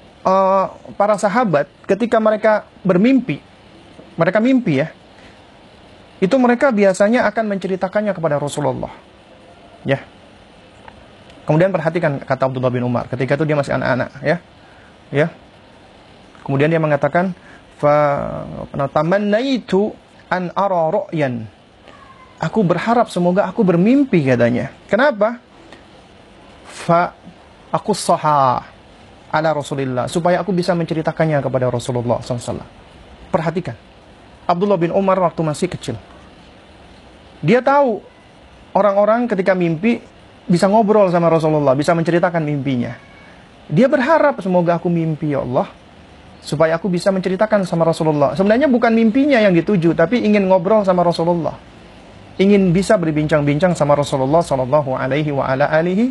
para sahabat ketika mereka mimpi ya, itu mereka biasanya akan menceritakannya kepada Rasulullah. Ya. Kemudian perhatikan kata Abdullah bin Umar, ketika itu dia masih anak-anak ya. Ya. Kemudian dia mengatakan, fa tamannaitu an ara ru'yan. Aku berharap semoga aku bermimpi, katanya. Kenapa? Fa aku sahha ala Rasulillah, supaya aku bisa menceritakannya kepada Rasulullah SAW. Perhatikan, Abdullah bin Umar waktu masih kecil, dia tahu orang-orang ketika mimpi bisa ngobrol sama Rasulullah, bisa menceritakan mimpinya. Dia berharap semoga aku mimpi ya Allah, supaya aku bisa menceritakan sama Rasulullah. Sebenarnya bukan mimpinya yang dituju, tapi ingin ngobrol sama Rasulullah, ingin bisa berbincang-bincang sama Rasulullah Sallallahu Alaihi wa ala alihi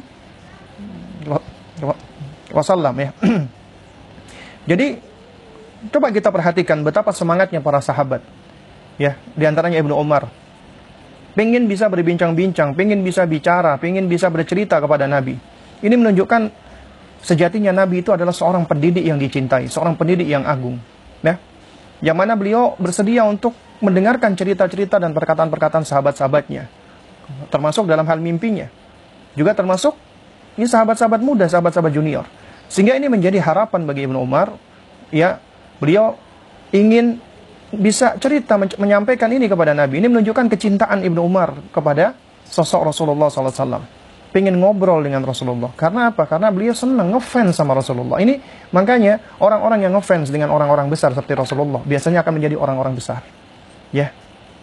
Wasallam ya. Jadi coba kita perhatikan betapa semangatnya para sahabat ya, diantaranya Ibnu Umar, pengen bisa berbincang-bincang, pengen bisa bicara, pengen bisa bercerita kepada Nabi. Ini menunjukkan sejatinya Nabi itu adalah seorang pendidik yang dicintai, seorang pendidik yang agung. Ya. yang mana beliau bersedia untuk mendengarkan cerita-cerita dan perkataan-perkataan sahabat-sahabatnya, termasuk dalam hal mimpinya, juga termasuk ini sahabat-sahabat muda, sahabat-sahabat junior. Sehingga ini menjadi harapan bagi Ibnu Umar, ya, beliau ingin bisa cerita, menyampaikan ini kepada Nabi. Ini menunjukkan kecintaan Ibnu Umar kepada sosok Rasulullah SAW. Pengen ngobrol dengan Rasulullah. Karena apa? Karena beliau senang, ngefans sama Rasulullah. Ini makanya orang-orang yang ngefans dengan orang-orang besar seperti Rasulullah biasanya akan menjadi orang-orang besar. Ya.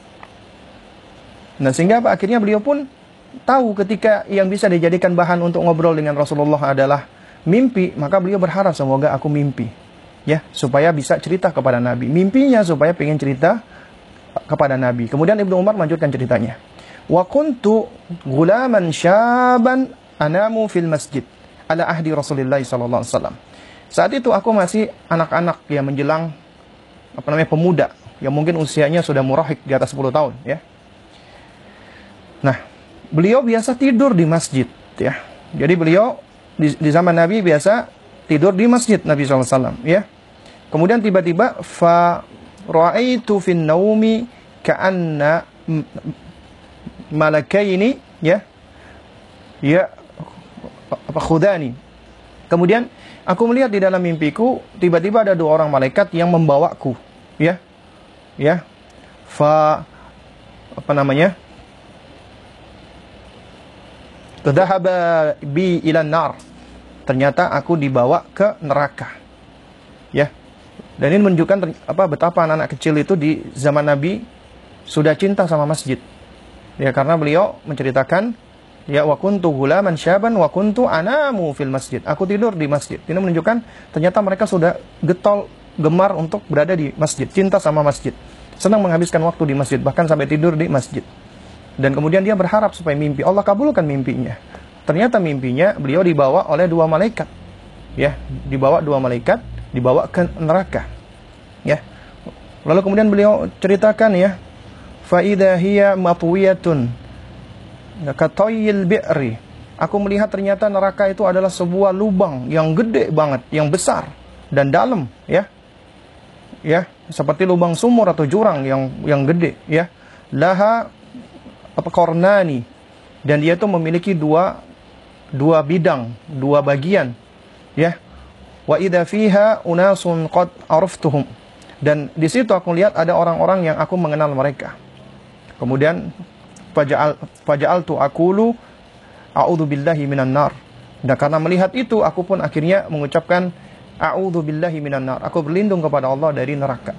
Nah, sehingga apa? Akhirnya beliau pun tahu ketika yang bisa dijadikan bahan untuk ngobrol dengan Rasulullah adalah mimpi, maka beliau berharap semoga aku mimpi. Ya, supaya bisa cerita kepada Nabi. Mimpinya supaya pengen cerita kepada Nabi. Kemudian Ibnu Umar melanjutkan ceritanya. Wa kuntu gulaman syaban anamu fil masjid ala ahdi Rasulullah sallallahu alaihi wasallam. Saat itu aku masih anak-anak yang menjelang pemuda yang mungkin usianya sudah murahik di atas 10 tahun, ya. Nah, beliau biasa tidur di masjid, ya. Jadi beliau di zaman Nabi biasa tidur di masjid Nabi sallallahu alaihi wasallam, ya. Kemudian tiba-tiba fa ra'aitu fin naumi ka'anna malakaini, ya khudani. Kemudian aku melihat di dalam mimpiku tiba-tiba ada 2 orang malaikat yang membawaku, ya tadhahaba bi ila nar. Ternyata aku dibawa ke neraka, ya. Dan ini menunjukkan betapa anak-anak kecil itu di zaman Nabi sudah cinta sama masjid. Ya, karena beliau menceritakan, ya, wa kuntu gulaman syaban wa kuntu anamu fil masjid. Aku tidur di masjid. Ini menunjukkan ternyata mereka sudah gemar untuk berada di masjid, cinta sama masjid. Senang menghabiskan waktu di masjid, bahkan sampai tidur di masjid. Dan kemudian dia berharap supaya mimpi Allah kabulkan mimpinya. Ternyata mimpinya beliau dibawa oleh 2 malaikat. Ya, dibawa 2 malaikat, dibawa ke neraka. Ya. Lalu kemudian beliau ceritakan, ya, fa idza hiya matwiyatun katoyil bi'ri. Aku melihat ternyata neraka itu adalah sebuah lubang yang gede banget, yang besar dan dalam, ya. Ya, seperti lubang sumur atau jurang yang gede, ya. Laha qarnani, dan dia itu memiliki dua bidang, 2 bagian, ya. Wa idza fiha unasun qad araftuhum, dan di situ aku lihat ada orang-orang yang aku mengenal mereka. Kemudian faja'altu aqulu a'udzu billahi minan nar. Dan karena melihat itu aku pun akhirnya mengucapkan a'udzu billahi minan nar. Aku berlindung kepada Allah dari neraka.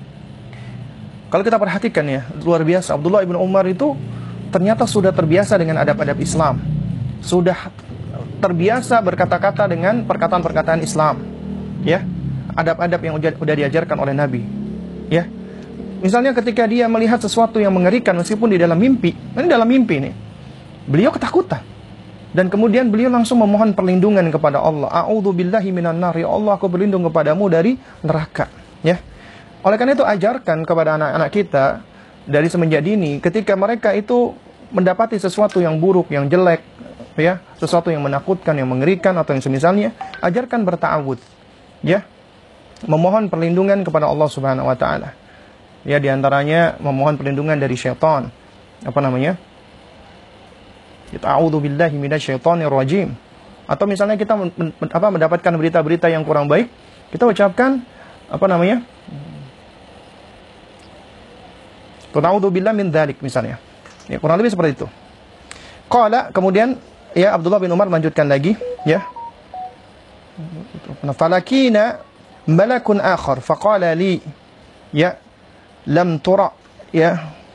Kalau kita perhatikan, ya, luar biasa, Abdullah ibn Umar itu ternyata sudah terbiasa dengan adab-adab Islam. Sudah terbiasa berkata-kata dengan perkataan-perkataan Islam, ya. Adab-adab yang sudah diajarkan oleh Nabi, ya. Misalnya ketika dia melihat sesuatu yang mengerikan meskipun di dalam mimpi, ini dalam mimpi nih, beliau ketakutan. Dan kemudian beliau langsung memohon perlindungan kepada Allah. A'udzu billahi minan nar, ya Allah, aku berlindung kepadamu dari neraka, ya. Oleh karena itu ajarkan kepada anak-anak kita dari semenjak dini, ketika mereka itu mendapati sesuatu yang buruk, yang jelek, ya, sesuatu yang menakutkan, yang mengerikan atau yang semisalnya, ajarkan berta'awudz, ya. Memohon perlindungan kepada Allah Subhanahu wa taala. Ya, diantaranya memohon perlindungan dari syaitan. A'udzu billahi minasyaitonir rajim. Atau misalnya kita mendapatkan berita-berita yang kurang baik, kita ucapkan A'udzu billahi min dzalik misalnya. Ya, kurang lebih seperti itu. Qala, kemudian, ya, Abdullah bin Umar melanjutkan lagi, ya. Falakina malakun akhar faqala li, ya, lam tura, ya.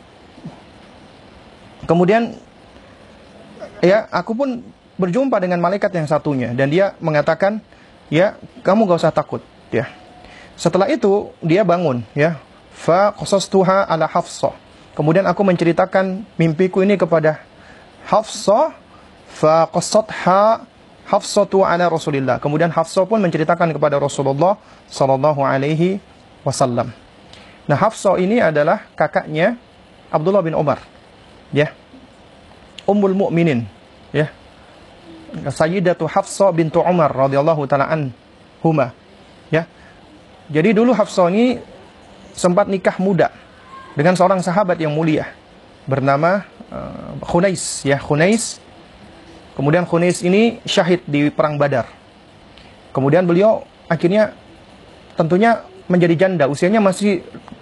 Kemudian, ya, aku pun berjumpa dengan malaikat yang satunya dan dia mengatakan, ya, kamu gak usah takut, ya. Setelah itu dia bangun, ya. Fa qasastuha ala Hafsah. Kemudian aku menceritakan mimpiku ini kepada Hafsah. Fa qasatha Hafsatu ala Rasulillah. Kemudian Hafsah pun menceritakan kepada Rasulullah sallallahu alaihi wasallam. Nah, Hafsah ini adalah kakaknya Abdullah bin Umar, ya. Ummul Mukminin, ya. Sayyidatu Hafsah bintu Umar radhiyallahu taala anhuma, ya. Jadi dulu Hafsah ini sempat nikah muda dengan seorang sahabat yang mulia bernama Khunais, ya, Khunais. Kemudian Khunais ini syahid di perang Badar. Kemudian beliau akhirnya tentunya menjadi janda, usianya masih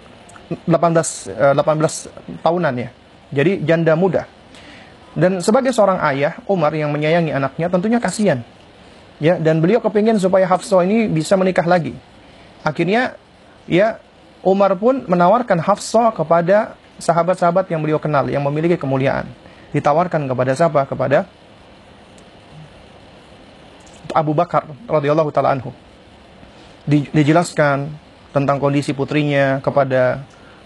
18 tahunan, ya. Jadi janda muda. Dan sebagai seorang ayah, Umar yang menyayangi anaknya tentunya kasihan. Ya, dan beliau kepingin supaya Hafsah ini bisa menikah lagi. Akhirnya, ya, Umar pun menawarkan Hafsah kepada sahabat-sahabat yang beliau kenal, yang memiliki kemuliaan. Ditawarkan kepada siapa? Kepada Abu Bakar radhiyallahu taala anhu. Dijelaskan tentang kondisi putrinya kepada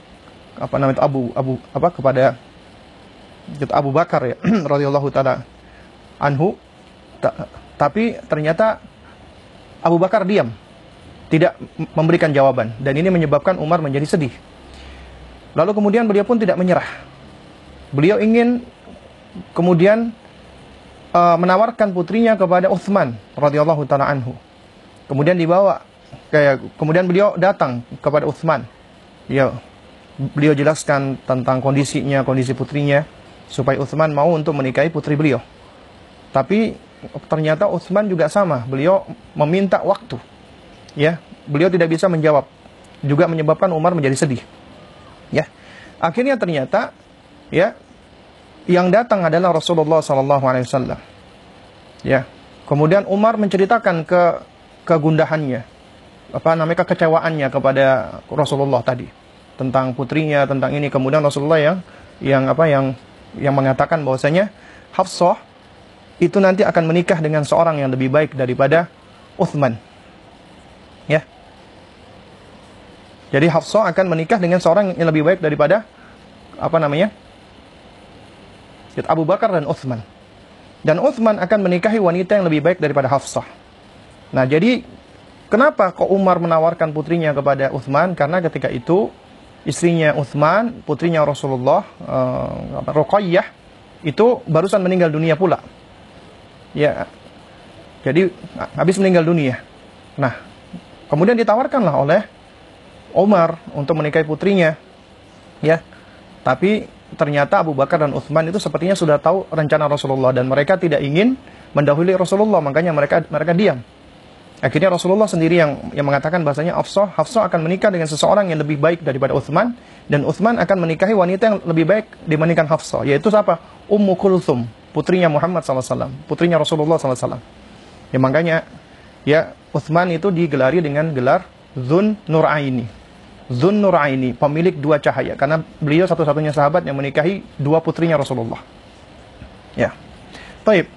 kepada Abu Bakar, ya, radhiyallahu taala anhu. Tapi ternyata Abu Bakar diam, tidak memberikan jawaban, dan ini menyebabkan Umar menjadi sedih. Lalu kemudian beliau pun tidak menyerah. Beliau ingin kemudian menawarkan putrinya kepada Utsman radhiyallahu taala anhu. Kemudian kemudian beliau datang kepada Utsman. Ya, beliau jelaskan tentang kondisi putrinya supaya Utsman mau untuk menikahi putri beliau. Tapi ternyata Utsman juga sama, beliau meminta waktu. Ya, beliau tidak bisa menjawab. Juga menyebabkan Umar menjadi sedih. Ya. Akhirnya ternyata, ya, yang datang adalah Rasulullah SAW. Ya. Kemudian Umar menceritakan kegundahannya, kekecewaannya kepada Rasulullah tadi tentang putrinya, tentang ini. Kemudian Rasulullah yang mengatakan bahwasanya Hafsah itu nanti akan menikah dengan seorang yang lebih baik daripada Utsman. Ya. Jadi Hafsah akan menikah dengan seorang yang lebih baik daripada Abu Bakar dan Utsman. Dan Utsman akan menikahi wanita yang lebih baik daripada Hafsah. Nah, jadi kenapa kok Umar menawarkan putrinya kepada Utsman? Karena ketika itu istrinya Utsman, putrinya Rasulullah, Ruqayyah, itu barusan meninggal dunia pula. Ya, jadi habis meninggal dunia. Nah, kemudian ditawarkanlah oleh Umar untuk menikahi putrinya. Ya, tapi ternyata Abu Bakar dan Utsman itu sepertinya sudah tahu rencana Rasulullah dan mereka tidak ingin mendahului Rasulullah, makanya mereka diam. Akhirnya Rasulullah sendiri yang mengatakan bahasanya Hafsah akan menikah dengan seseorang yang lebih baik daripada Utsman, dan Utsman akan menikahi wanita yang lebih baik dibandingkan Hafsah, yaitu siapa? Ummu Kulthum, putrinya Muhammad SAW, putrinya Rasulullah SAW. Ya, makanya, ya, Utsman itu digelari dengan gelar Dzun Nuraini. Dzun Nuraini, pemilik dua cahaya, karena beliau satu-satunya sahabat yang menikahi dua putrinya Rasulullah. Ya. Baik.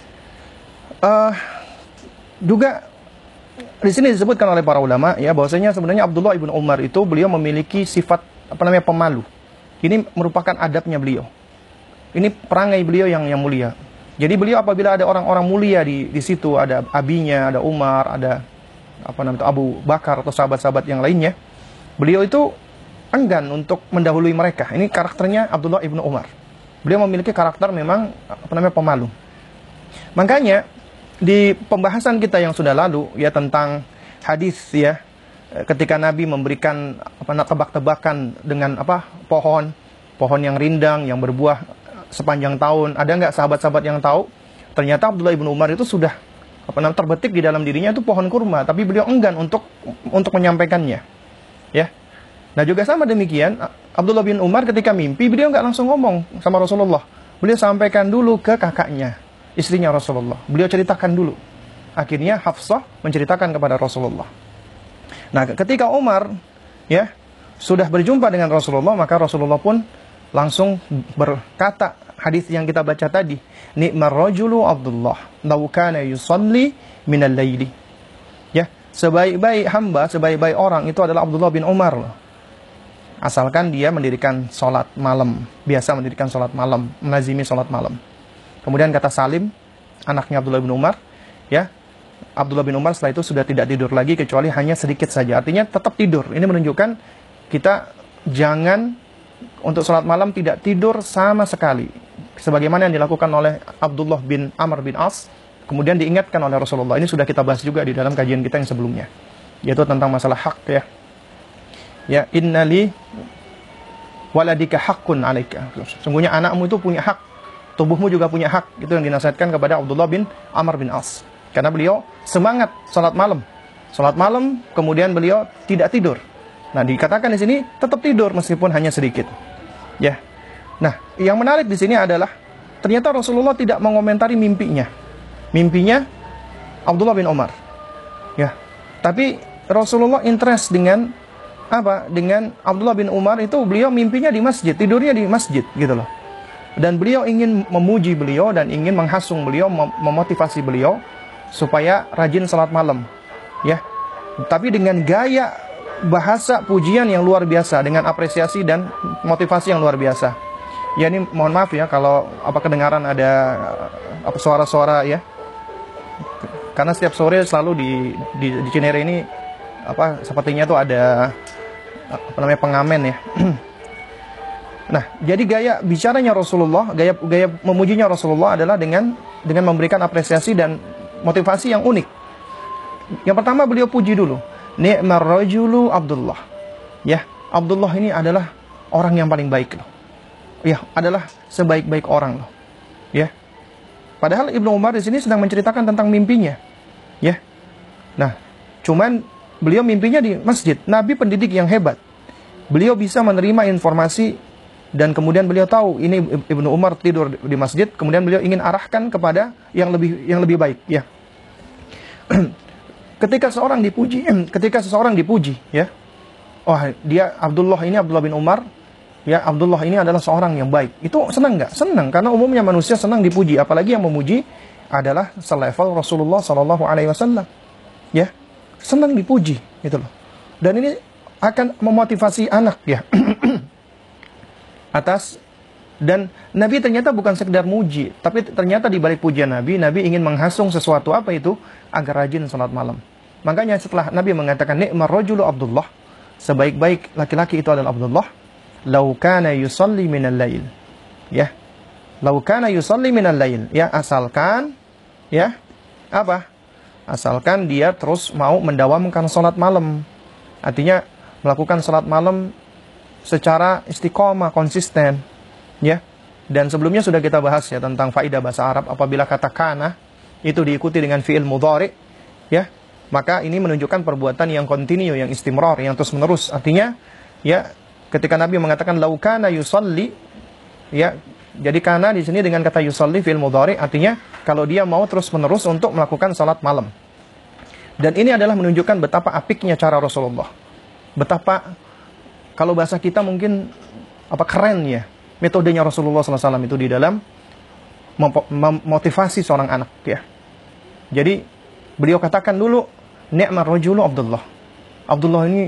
Juga di sini disebutkan oleh para ulama, ya, bahwasanya sebenarnya Abdullah ibn Umar itu beliau memiliki sifat pemalu. Ini merupakan adabnya beliau. Ini perangai beliau yang mulia. Jadi beliau apabila ada orang-orang mulia di situ, ada abinya, ada Umar, ada Abu Bakar atau sahabat-sahabat yang lainnya, beliau itu enggan untuk mendahului mereka. Ini karakternya Abdullah ibn Umar. Beliau memiliki karakter memang pemalu. Makanya di pembahasan kita yang sudah lalu, ya, tentang hadis, ya, ketika Nabi memberikan tebak-tebakan dengan pohon yang rindang yang berbuah sepanjang tahun. Ada nggak sahabat-sahabat yang tahu? Ternyata Abdullah ibn Umar itu sudah terbetik di dalam dirinya itu pohon kurma, tapi beliau enggan untuk menyampaikannya. Ya. Nah, juga sama demikian, Abdullah bin Umar ketika mimpi, beliau nggak langsung ngomong sama Rasulullah. Beliau sampaikan dulu ke kakaknya, istrinya Rasulullah. Beliau ceritakan dulu. Akhirnya Hafsah menceritakan kepada Rasulullah. Nah, ketika Umar, ya, sudah berjumpa dengan Rasulullah, maka Rasulullah pun langsung berkata hadis yang kita baca tadi, ni'mar rajulu Abdullah law kana yusalli minal laili. Ya, sebaik-baik hamba, sebaik-baik orang itu adalah Abdullah bin Umar. Asalkan dia mendirikan salat malam, biasa mendirikan salat malam, melazimi salat malam. Kemudian kata Salim, anaknya Abdullah bin Umar, ya, Abdullah bin Umar setelah itu sudah tidak tidur lagi kecuali hanya sedikit saja. Artinya tetap tidur. Ini menunjukkan kita jangan untuk salat malam tidak tidur sama sekali, sebagaimana yang dilakukan oleh Abdullah bin Amr bin As, kemudian diingatkan oleh Rasulullah. Ini sudah kita bahas juga di dalam kajian kita yang sebelumnya, yaitu tentang masalah hak, ya. Ya, innali waladika haqqun 'alaika. Sungguhnya anakmu itu punya hak, tubuhmu juga punya hak. Itu yang dinasihatkan kepada Abdullah bin Amr bin As. Karena beliau semangat salat malam. Salat malam, kemudian beliau tidak tidur. Nah, dikatakan di sini tetap tidur meskipun hanya sedikit. Ya. Nah, yang menarik di sini adalah ternyata Rasulullah tidak mengomentari mimpinya. Mimpinya Abdullah bin Umar. Ya. Tapi Rasulullah interest dengan apa? Dengan Abdullah bin Umar itu beliau mimpinya di masjid, tidurnya di masjid gitu loh. Dan beliau ingin memuji beliau dan ingin menghasung beliau, memotivasi beliau supaya rajin salat malam. Ya. Tapi dengan gaya bahasa pujian yang luar biasa, dengan apresiasi dan motivasi yang luar biasa. Ya, ini mohon maaf ya kalau kedengaran ada suara-suara ya. Karena setiap sore selalu di Cinere ini sepertinya tuh ada pengamen ya. Nah, jadi gaya bicaranya Rasulullah, gaya memujinya Rasulullah adalah dengan memberikan apresiasi dan motivasi yang unik. Yang pertama beliau puji dulu. Ni'mar rajulu Abdullah. Ya, Abdullah ini adalah orang yang paling baik loh. Ya, adalah sebaik-baik orang loh. Ya. Padahal Ibnu Umar di sini sedang menceritakan tentang mimpinya. Ya. Nah, cuman beliau mimpinya di masjid. Nabi pendidik yang hebat. Beliau bisa menerima informasi dan kemudian beliau tahu ini Ibnu Umar tidur di masjid, kemudian beliau ingin arahkan kepada yang lebih baik, ya. Ketika seseorang dipuji, ya, oh dia Abdullah bin Umar, ya Abdullah ini adalah seorang yang baik. Itu senang nggak? Senang, karena umumnya manusia senang dipuji, apalagi yang memuji adalah selevel Rasulullah Shallallahu Alaihi Wasallam, ya, senang dipuji, gitu loh. Dan ini akan memotivasi anak, ya, dan Nabi ternyata bukan sekedar muji, tapi ternyata di balik pujian Nabi ingin menghasung sesuatu, apa itu? Agar rajin salat malam. Makanya setelah Nabi mengatakan ni'mar rajulu Abdullah, sebaik-baik laki-laki itu adalah Abdullah, lau kana yusalli minal lail. Ya. Lau kana yusalli minal lail. Ya, asalkan ya, apa? Asalkan dia terus mau mendawamkan salat malam. Artinya melakukan salat malam secara istiqomah, konsisten. Ya. Dan sebelumnya sudah kita bahas ya tentang faidah bahasa Arab, apabila kata kana itu diikuti dengan fi'il mudhari, ya, maka ini menunjukkan perbuatan yang kontinu, yang istimrar, yang terus-menerus. Artinya, ya, ketika Nabi mengatakan lau kana yusalli, ya, jadi kana di sini dengan kata yusalli fi'il mudhari, artinya kalau dia mau terus-menerus untuk melakukan salat malam. Dan ini adalah menunjukkan betapa apiknya cara Rasulullah. Betapa kalau bahasa kita mungkin kerennya metodenya Rasulullah SAW itu di dalam memotivasi seorang anak, ya. Jadi beliau katakan dulu ni'mar rajulu Abdullah. Abdullah ini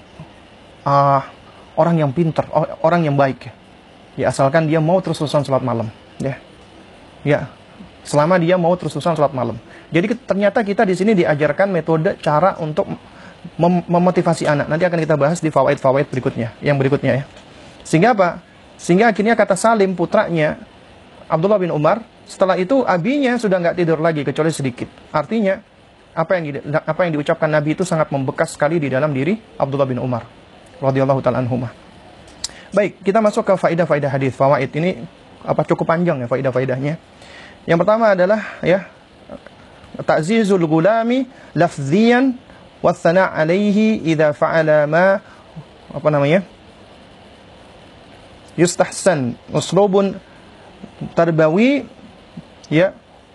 orang yang pintar, orang yang baik. Ya, asalkan dia mau terus-terusan salat malam, ya. Ya, selama dia mau terus-terusan salat malam. Jadi ternyata kita di sini diajarkan metode cara untuk memotivasi anak. Nanti akan kita bahas di fawaid-fawaid berikutnya, yang berikutnya, ya. Sehingga apa? Sehingga akhirnya kata Salim, putranya Abdullah bin Umar, setelah itu abinya sudah nggak tidur lagi kecuali sedikit. Artinya apa yang diucapkan Nabi itu sangat membekas sekali di dalam diri Abdullah bin Umar radhiyallahu ta'ala anhuma. Baik, kita masuk ke faidah-faidah hadis. Fawaid ini cukup panjang ya faidah-faidahnya. Yang pertama adalah ya ta'zizul gulami lafziyan wa thana' alaihi idza fa'ala ma yustahsan uslubun tarbawi, ya,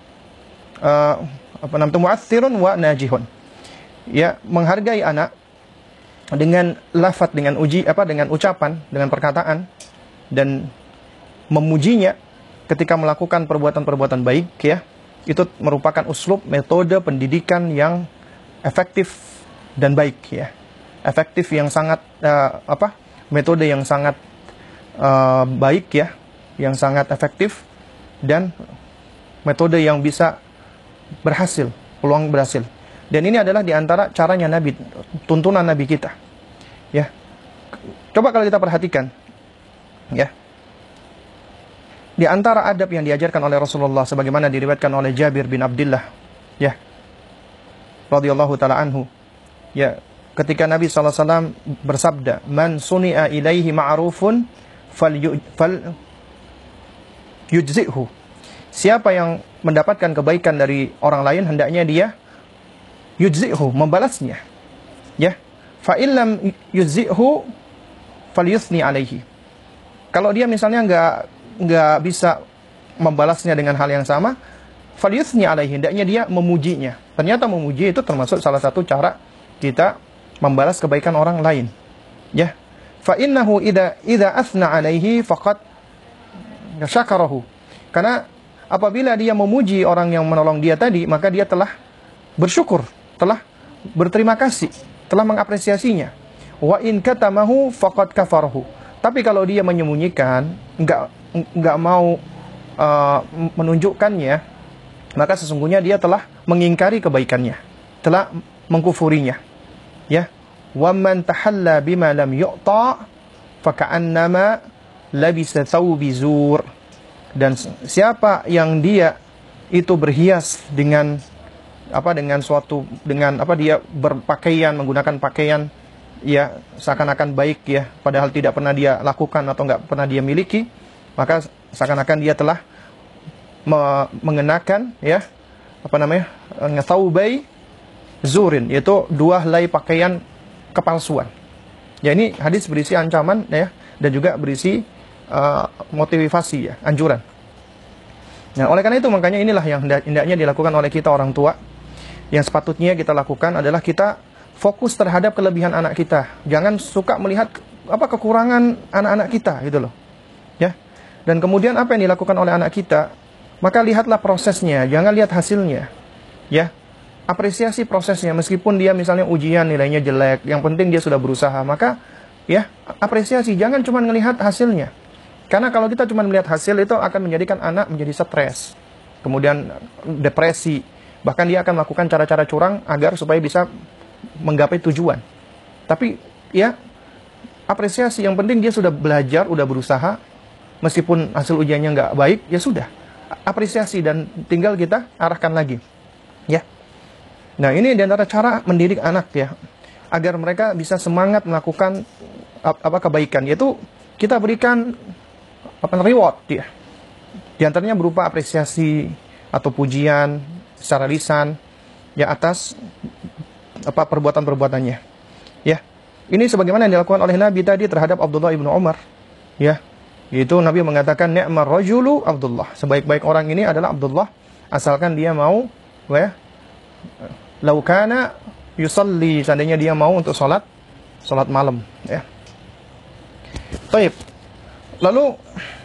mu'athirun wa najihun. Ya, menghargai anak dengan lafaz, dengan ucapan, dengan perkataan, dan memujinya ketika melakukan perbuatan-perbuatan baik, ya. Itu merupakan uslub, metode pendidikan yang efektif dan baik, ya. Efektif yang sangat metode yang sangat baik, ya, yang sangat efektif, dan metode yang bisa berhasil, peluang berhasil. Dan ini adalah diantara caranya Nabi, tuntunan Nabi kita, ya. Coba kalau kita perhatikan, ya, di antara adab yang diajarkan oleh Rasulullah sebagaimana diriwayatkan oleh Jabir bin Abdullah, ya, radhiyallahu taala anhu, ya, ketika Nabi SAW bersabda, "Man suni'a ilaihi ma'rufun fal yujzi'hu." Siapa yang mendapatkan kebaikan dari orang lain, hendaknya dia yujzi'hu, membalasnya. Ya. Fa illam yujzi'hu falyuthni alaihi. Kalau dia misalnya nggak bisa membalasnya dengan hal yang sama, falyuthni alaihi, hendaknya dia memujinya. Ternyata memuji itu termasuk salah satu cara kita membalas kebaikan orang lain. Ya. Fa innahu idza athna alaihi faqad syakarahu. Karena apabila dia memuji orang yang menolong dia tadi, maka dia telah bersyukur, telah berterima kasih, telah mengapresiasinya. Wa in katamahu faqad kafarahu. Tapi kalau dia menyembunyikan, enggak mau menunjukkannya, maka sesungguhnya dia telah mengingkari kebaikannya, telah mengkufurinya. Ya. Wa man tahalla bima lam yu'ta faka'annama labisa thawbi zur. Dan siapa yang dia itu berhias dengan dia berpakaian, menggunakan pakaian ya seakan-akan baik ya, padahal tidak pernah dia lakukan atau enggak pernah dia miliki, maka seakan-akan dia telah mengenakan ya thawbai zurin, yaitu 2 helai pakaian kepalsuan. Ya, ini hadis berisi ancaman ya, dan juga berisi motivasi ya, anjuran. Nah, oleh karena itu makanya inilah yang hendaknya dilakukan oleh kita orang tua. Yang sepatutnya kita lakukan adalah kita fokus terhadap kelebihan anak kita. Jangan suka melihat kekurangan anak-anak kita gitu loh. Ya. Dan kemudian apa yang dilakukan oleh anak kita, maka lihatlah prosesnya, jangan lihat hasilnya. Ya. Apresiasi prosesnya, meskipun dia misalnya ujian nilainya jelek, yang penting dia sudah berusaha, maka ya, apresiasi, jangan cuma melihat hasilnya. Karena kalau kita cuma melihat hasil, itu akan menjadikan anak menjadi stres, kemudian depresi, bahkan dia akan melakukan cara-cara curang agar supaya bisa menggapai tujuan. Tapi ya, apresiasi, yang penting dia sudah belajar, udah berusaha, meskipun hasil ujiannya nggak baik, ya sudah, apresiasi dan tinggal kita arahkan lagi. Ya. Nah, ini di antara cara mendidik anak ya, agar mereka bisa semangat melakukan kebaikan, yaitu kita berikan reward ya. Di antaranya berupa apresiasi atau pujian secara lisan ya atas perbuatan-perbuatannya. Ya. Ini sebagaimana yang dilakukan oleh Nabi tadi terhadap Abdullah ibnu Umar. Ya. Yaitu Nabi mengatakan ni'mar rajulu Abdullah. Sebaik-baik orang ini adalah Abdullah, asalkan dia mau ya, laukana yusalli, seandainya dia mau untuk salat malam ya. Baik. Lalu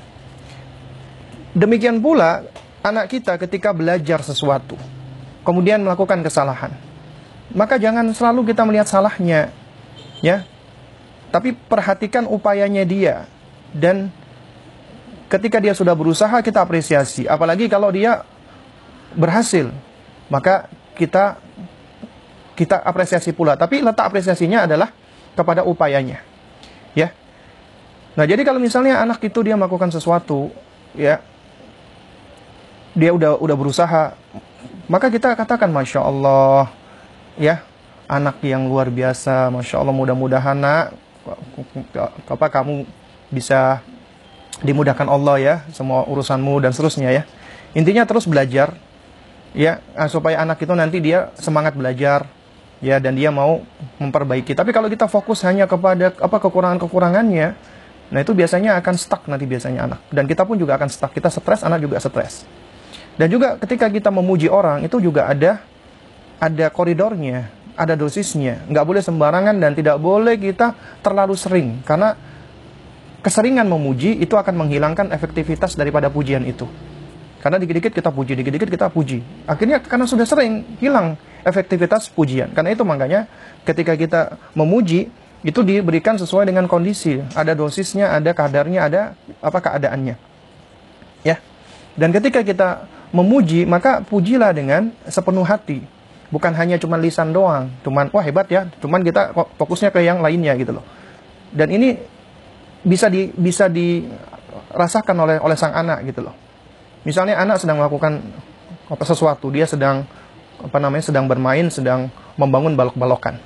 demikian pula anak kita ketika belajar sesuatu kemudian melakukan kesalahan, maka jangan selalu kita melihat salahnya ya, tapi perhatikan upayanya dia, dan ketika dia sudah berusaha kita apresiasi, apalagi kalau dia berhasil, maka kita apresiasi pula, tapi letak apresiasinya adalah kepada upayanya ya. Nah, jadi kalau misalnya anak itu dia melakukan sesuatu ya, dia udah berusaha, maka kita katakan Masya Allah ya, anak yang luar biasa, Masya Allah, mudah-mudahan nak kamu bisa dimudahkan Allah ya semua urusanmu dan seterusnya ya. Intinya terus belajar ya, supaya anak itu nanti dia semangat belajar ya, dan dia mau memperbaiki. Tapi kalau kita fokus hanya kepada kekurangan-kekurangannya, nah itu biasanya akan stuck nanti biasanya anak. Dan kita pun juga akan stuck. Kita stres, anak juga stres. Dan juga ketika kita memuji orang, itu juga ada koridornya, ada dosisnya. Nggak boleh sembarangan dan tidak boleh kita terlalu sering. Karena keseringan memuji itu akan menghilangkan efektivitas daripada pujian itu. Karena dikit-dikit kita puji, dikit-dikit kita puji. Akhirnya karena sudah sering, hilang efektivitas pujian. Karena itu makanya ketika kita memuji, itu diberikan sesuai dengan kondisi, ada dosisnya, ada kadarnya, ada keadaannya ya. Dan ketika kita memuji, maka pujilah dengan sepenuh hati, bukan hanya cuma lisan doang, cuman wah hebat ya, cuman kita fokusnya ke yang lainnya gitu loh. Dan ini bisa dirasakan oleh sang anak gitu loh. Misalnya anak sedang melakukan sesuatu, dia sedang sedang bermain, sedang membangun balok-balokan.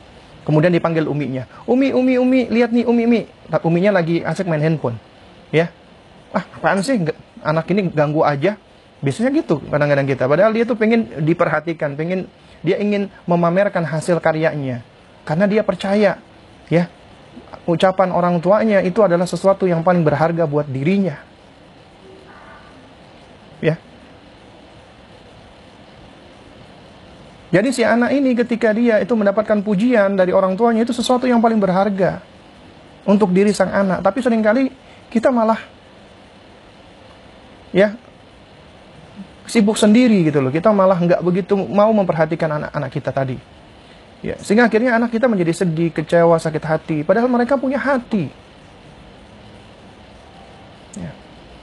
Kemudian dipanggil uminya. Umi, lihat nih umi. Uminya lagi asik main handphone. Ya. Apaan sih? Anak ini ganggu aja. Biasanya gitu kadang-kadang kita. Padahal dia tuh pengen diperhatikan, dia ingin memamerkan hasil karyanya. Karena dia percaya, ya, ucapan orang tuanya itu adalah sesuatu yang paling berharga buat dirinya. Ya. Jadi si anak ini ketika dia itu mendapatkan pujian dari orang tuanya, itu sesuatu yang paling berharga untuk diri sang anak. Tapi seringkali kita malah, ya, sibuk sendiri gitu loh. Kita malah nggak begitu mau memperhatikan anak-anak kita tadi. Ya, sehingga akhirnya anak kita menjadi sedih, kecewa, sakit hati. Padahal mereka punya hati. Ya.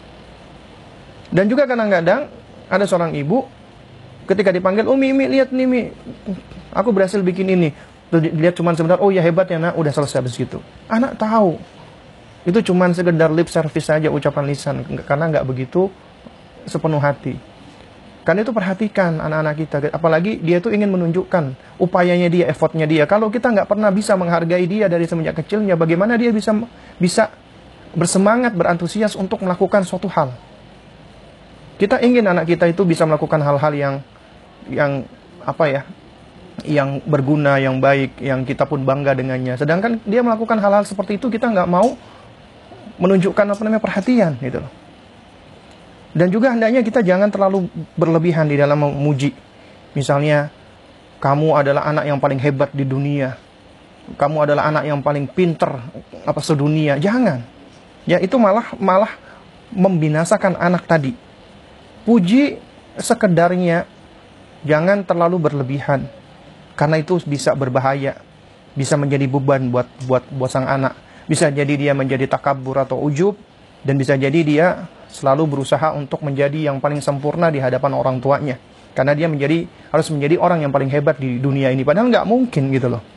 Dan juga kadang-kadang ada seorang ibu ketika dipanggil, Umi, lihat nih, Mi, aku berhasil bikin ini. Lihat cuman sebentar, oh ya hebat ya nak, udah selesai habis gitu. Anak tahu, itu cuman sekedar lip service saja, ucapan lisan, karena nggak begitu sepenuh hati. Karena itu perhatikan anak-anak kita, apalagi dia itu ingin menunjukkan upayanya dia, effortnya dia. Kalau kita nggak pernah bisa menghargai dia dari semenjak kecilnya, bagaimana dia bisa bersemangat, berantusias untuk melakukan suatu hal. Kita ingin anak kita itu bisa melakukan hal-hal yang apa ya, yang berguna, yang baik, yang kita pun bangga dengannya. Sedangkan dia melakukan hal-hal seperti itu, kita nggak mau menunjukkan perhatian gitu loh. Dan juga hendaknya kita jangan terlalu berlebihan di dalam memuji. Misalnya, kamu adalah anak yang paling hebat di dunia, kamu adalah anak yang paling pinter sedunia. Jangan. Ya, itu malah membinasakan anak tadi. Puji sekedarnya, jangan terlalu berlebihan, karena itu bisa berbahaya, bisa menjadi beban buat sang anak. Bisa jadi dia menjadi takabur atau ujub, dan bisa jadi dia selalu berusaha untuk menjadi yang paling sempurna di hadapan orang tuanya, karena dia harus menjadi orang yang paling hebat di dunia ini. Padahal nggak mungkin gitu loh.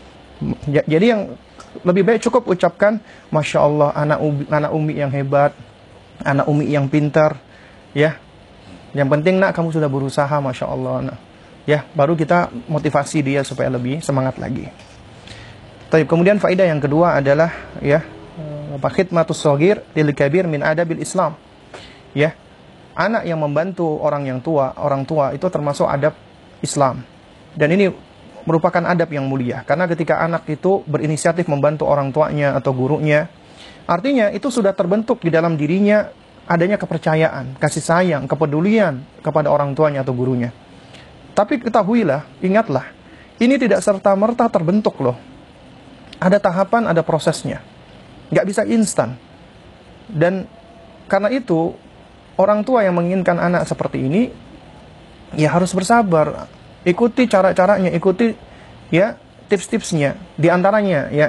Jadi yang lebih baik cukup ucapkan, Masya Allah, anak Umi yang hebat, anak Umi yang pintar, ya. Yang penting nak, kamu sudah berusaha, Masya Allah. Nah, ya, baru kita motivasi dia supaya lebih semangat lagi. Tapi kemudian faedah yang kedua adalah, ya, khidmatus shaghir lil kabir min adabil Islam. Ya, anak yang membantu orang tua itu termasuk adab Islam. Dan ini merupakan adab yang mulia, karena ketika anak itu berinisiatif membantu orang tuanya atau gurunya, artinya itu sudah terbentuk di dalam dirinya adanya kepercayaan, kasih sayang, kepedulian kepada orang tuanya atau gurunya. Tapi ketahuilah, ingatlah, ini tidak serta-merta terbentuk loh. Ada tahapan, ada prosesnya. Nggak bisa instan. Dan karena itu, orang tua yang menginginkan anak seperti ini, ya harus bersabar. Ikuti cara-caranya, ikuti, ya, tips-tipsnya. Di antaranya, ya,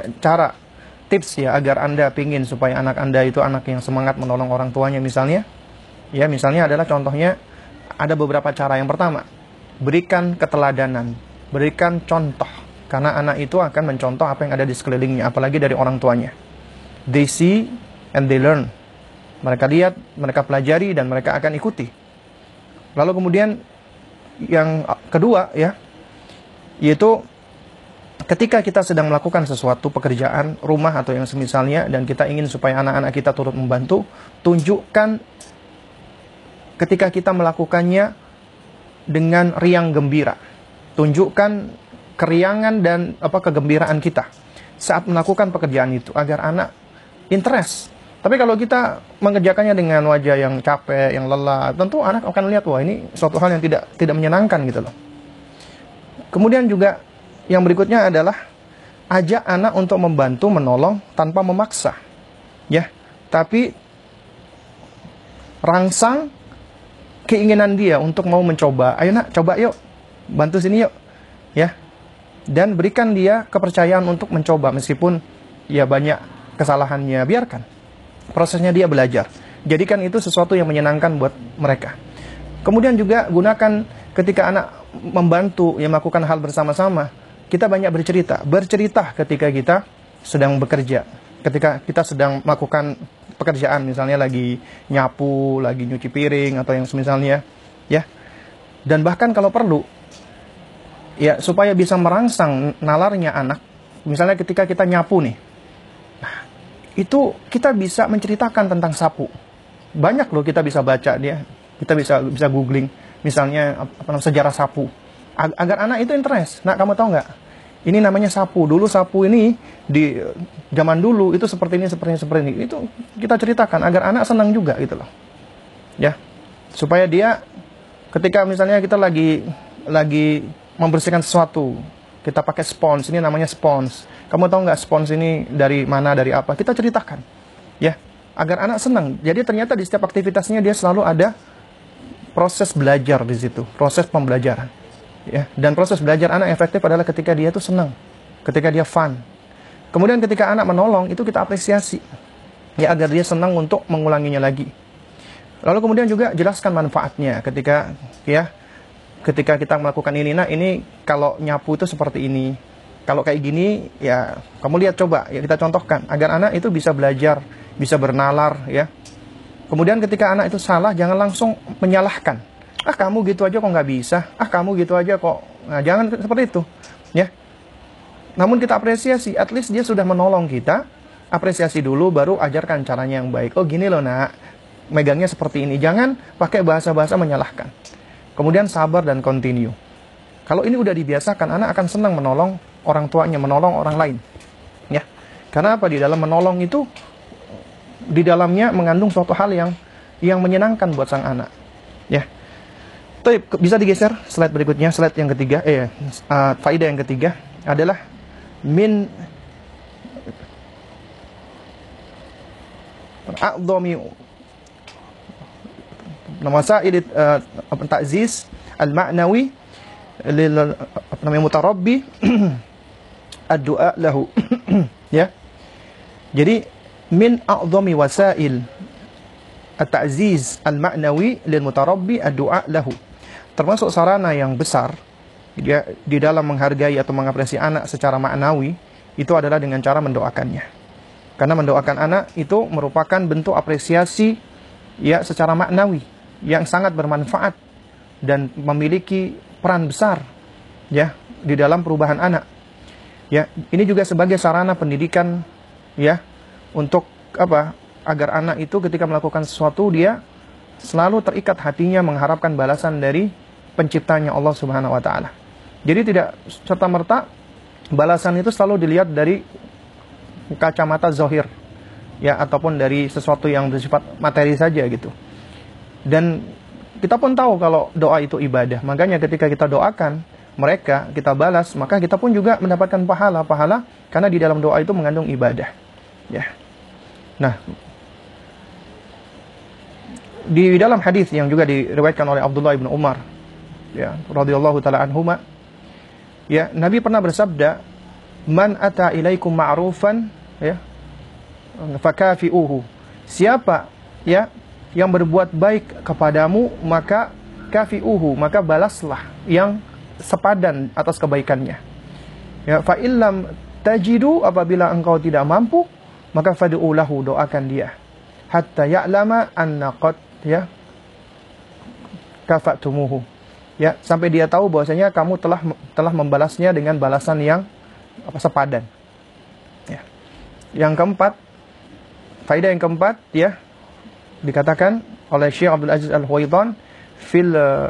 tips ya, agar Anda pingin supaya anak Anda itu anak yang semangat menolong orang tuanya misalnya. Ya, misalnya adalah contohnya, ada beberapa cara. Yang pertama, berikan keteladanan, berikan contoh. Karena anak itu akan mencontoh apa yang ada di sekelilingnya, apalagi dari orang tuanya. They see and they learn. Mereka lihat, mereka pelajari, dan mereka akan ikuti. Lalu kemudian yang kedua, ya, yaitu ketika kita sedang melakukan sesuatu pekerjaan rumah atau yang semisalnya, dan kita ingin supaya anak-anak kita turut membantu, tunjukkan ketika kita melakukannya dengan riang gembira. Tunjukkan keriangan dan kegembiraan kita saat melakukan pekerjaan itu, agar anak interest. Tapi kalau kita mengerjakannya dengan wajah yang capek, yang lelah, tentu anak akan lihat, wah, ini suatu hal yang tidak menyenangkan gitu loh. Kemudian juga yang berikutnya adalah ajak anak untuk membantu, menolong tanpa memaksa. Ya, tapi rangsang keinginan dia untuk mau mencoba. Ayo nak, coba yuk, bantu sini yuk. Ya. Dan berikan dia kepercayaan untuk mencoba meskipun ya banyak kesalahannya, biarkan. Prosesnya dia belajar. Jadikan itu sesuatu yang menyenangkan buat mereka. Kemudian juga gunakan ketika anak membantu yang melakukan hal bersama-sama, kita banyak bercerita ketika kita sedang bekerja, ketika kita sedang melakukan pekerjaan, misalnya lagi nyapu, lagi nyuci piring atau yang semisalnya, ya. Dan bahkan kalau perlu, ya, supaya bisa merangsang nalarnya anak, Misalnya ketika kita nyapu nih, nah, itu kita bisa menceritakan tentang sapu. Banyak loh kita bisa baca dia, kita bisa googling, misalnya sejarah sapu, agar anak itu interest. Nah, kamu tahu nggak? Ini namanya sapu. Dulu sapu ini di zaman dulu itu seperti ini, seperti ini, seperti ini. Itu kita ceritakan agar anak senang juga gitu loh. Ya, supaya dia ketika misalnya kita lagi membersihkan sesuatu, kita pakai spons, ini namanya spons. Kamu tahu nggak spons ini dari mana, dari apa? Kita ceritakan, ya, agar anak senang. Jadi ternyata di setiap aktivitasnya dia selalu ada proses belajar di situ, proses pembelajaran. Ya, dan proses belajar anak efektif adalah ketika dia tuh senang, ketika dia fun. Kemudian ketika anak menolong, itu kita apresiasi, ya, agar dia senang untuk mengulanginya lagi. Lalu kemudian juga jelaskan manfaatnya ketika kita melakukan ini. Nah, ini kalau nyapu itu seperti ini, kalau kayak gini, ya kamu lihat, coba, ya kita contohkan, agar anak itu bisa belajar, bisa bernalar, ya. Kemudian ketika anak itu salah, jangan langsung menyalahkan. Ah, kamu gitu aja kok nggak bisa. Ah, kamu gitu aja kok. Nah, jangan seperti itu, ya. Namun kita apresiasi, at least dia sudah menolong kita. Apresiasi dulu, baru ajarkan caranya yang baik. Oh, gini loh nak, megangnya seperti ini. Jangan pakai bahasa-bahasa menyalahkan. Kemudian sabar dan continue. Kalau ini udah dibiasakan, anak akan senang menolong orang tuanya, menolong orang lain, ya. Karena apa? Di dalam menolong itu, di dalamnya mengandung suatu hal yang menyenangkan buat sang anak, ya. Bisa digeser slide berikutnya, slide yang ketiga, faedah yang ketiga adalah min a'dhami wasail ta'ziz al-ma'nawi lil mutarabbi ad-du'a lahu. Ya. Jadi min a'dhami wasail at-ta'ziz al-ma'nawi lil mutarabbi ad-du'a lahu. Termasuk sarana yang besar dia di dalam menghargai atau mengapresiasi anak secara maknawi itu adalah dengan cara mendoakannya. Karena mendoakan anak itu merupakan bentuk apresiasi, ya, secara maknawi yang sangat bermanfaat dan memiliki peran besar, ya, di dalam perubahan anak. Ya, ini juga sebagai sarana pendidikan, ya, untuk apa? Agar anak itu ketika melakukan sesuatu dia selalu terikat hatinya mengharapkan balasan dari penciptanya Allah Subhanahu wa taala. Jadi tidak serta-merta balasan itu selalu dilihat dari kacamata zahir, ya, ataupun dari sesuatu yang bersifat materi saja gitu. Dan kita pun tahu kalau doa itu ibadah. Makanya ketika kita doakan mereka, kita balas, maka kita pun juga mendapatkan pahala karena di dalam doa itu mengandung ibadah, ya. Nah, di dalam hadis yang juga diriwayatkan oleh Abdullah bin Umar, ya, radhiyallahu taala anhuma, ya, Nabi pernah bersabda, man ata ilaikum ma'rufan, ya, fakafi'uhu. Siapa, ya, yang berbuat baik kepadamu, maka kafi'uhu, maka balaslah yang sepadan atas kebaikannya. Ya, fa illam tajidu, apabila engkau tidak mampu, maka fad'u lahu, doakan dia, hatta ya'lama anna qad, ya, kafatumuhu, ya, sampai dia tahu bahwasanya kamu telah membalasnya dengan balasan yang sepadan. Ya. Yang keempat, faedah yang keempat, ya, dikatakan oleh Syekh Abdul Aziz Al-Huwaidan fil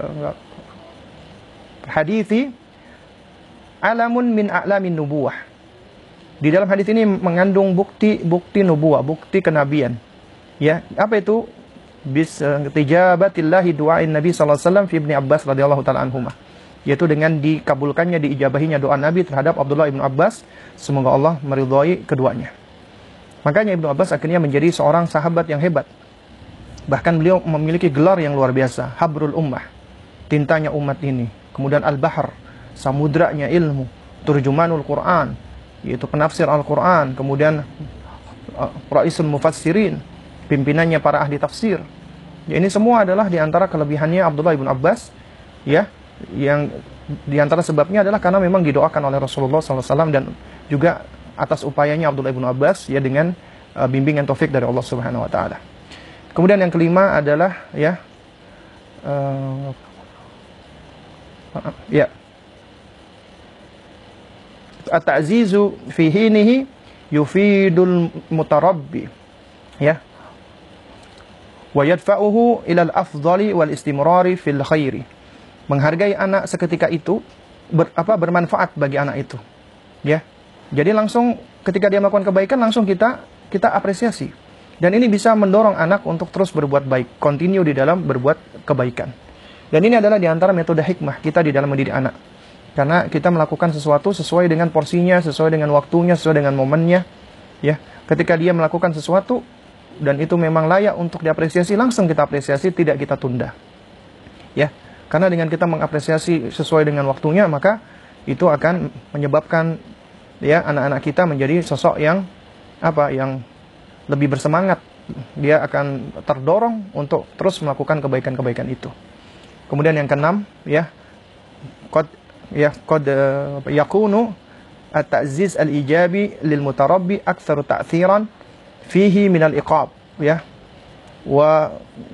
hadithi alamun min a'lamin nubuwah. Di dalam hadis ini mengandung bukti nubuwah, bukti kenabian. Ya, apa itu? Bis tijabatillahi du'ain Nabi sallallahu alaihi wasallam fi Ibnu Abbas radhiyallahu taala anhuma. Yaitu dengan dikabulkannya, diijabahinya doa Nabi terhadap Abdullah ibnu Abbas, semoga Allah meridhai keduanya. Makanya Ibnu Abbas akhirnya menjadi seorang sahabat yang hebat. Bahkan beliau memiliki gelar yang luar biasa, Habrul Ummah, tintanya umat ini. Kemudian Al-Bahr, samudranya ilmu, turjumanul Quran, yaitu penafsir Al-Quran. Kemudian Ra'isul Mufassirin, pimpinannya para ahli tafsir. Ya, ini semua adalah diantara kelebihannya Abdullah ibn Abbas, ya, yang diantara sebabnya adalah karena memang didoakan oleh Rasulullah SAW dan juga atas upayanya Abdullah ibn Abbas, ya, dengan bimbingan taufik dari Allah Subhanahu Wa Taala. Kemudian yang kelima adalah, ya, at-ta'zizu fi hinihi yufidul mutarabbi, ya, wa yadfa'uhu ilal afdali wal istimrari fil khairi. Menghargai anak seketika itu bermanfaat bagi anak itu, ya. Jadi langsung ketika dia melakukan kebaikan langsung kita apresiasi. Dan ini bisa mendorong anak untuk terus berbuat baik, continue di dalam berbuat kebaikan. Dan ini adalah di antara metode hikmah kita di dalam mendidik anak. Karena kita melakukan sesuatu sesuai dengan porsinya, sesuai dengan waktunya, sesuai dengan momennya, ya. Ketika dia melakukan sesuatu dan itu memang layak untuk diapresiasi, langsung kita apresiasi, tidak kita tunda. Ya. Karena dengan kita mengapresiasi sesuai dengan waktunya, maka itu akan menyebabkan ya anak-anak kita menjadi sosok yang yang lebih bersemangat. Dia akan terdorong untuk terus melakukan kebaikan-kebaikan itu. Kemudian yang keenam, ya, qad yakunu at-ta'ziz al-ijabi lil mutarabbi aktsaru ta'thiran fihi min al-iqab, ya, wa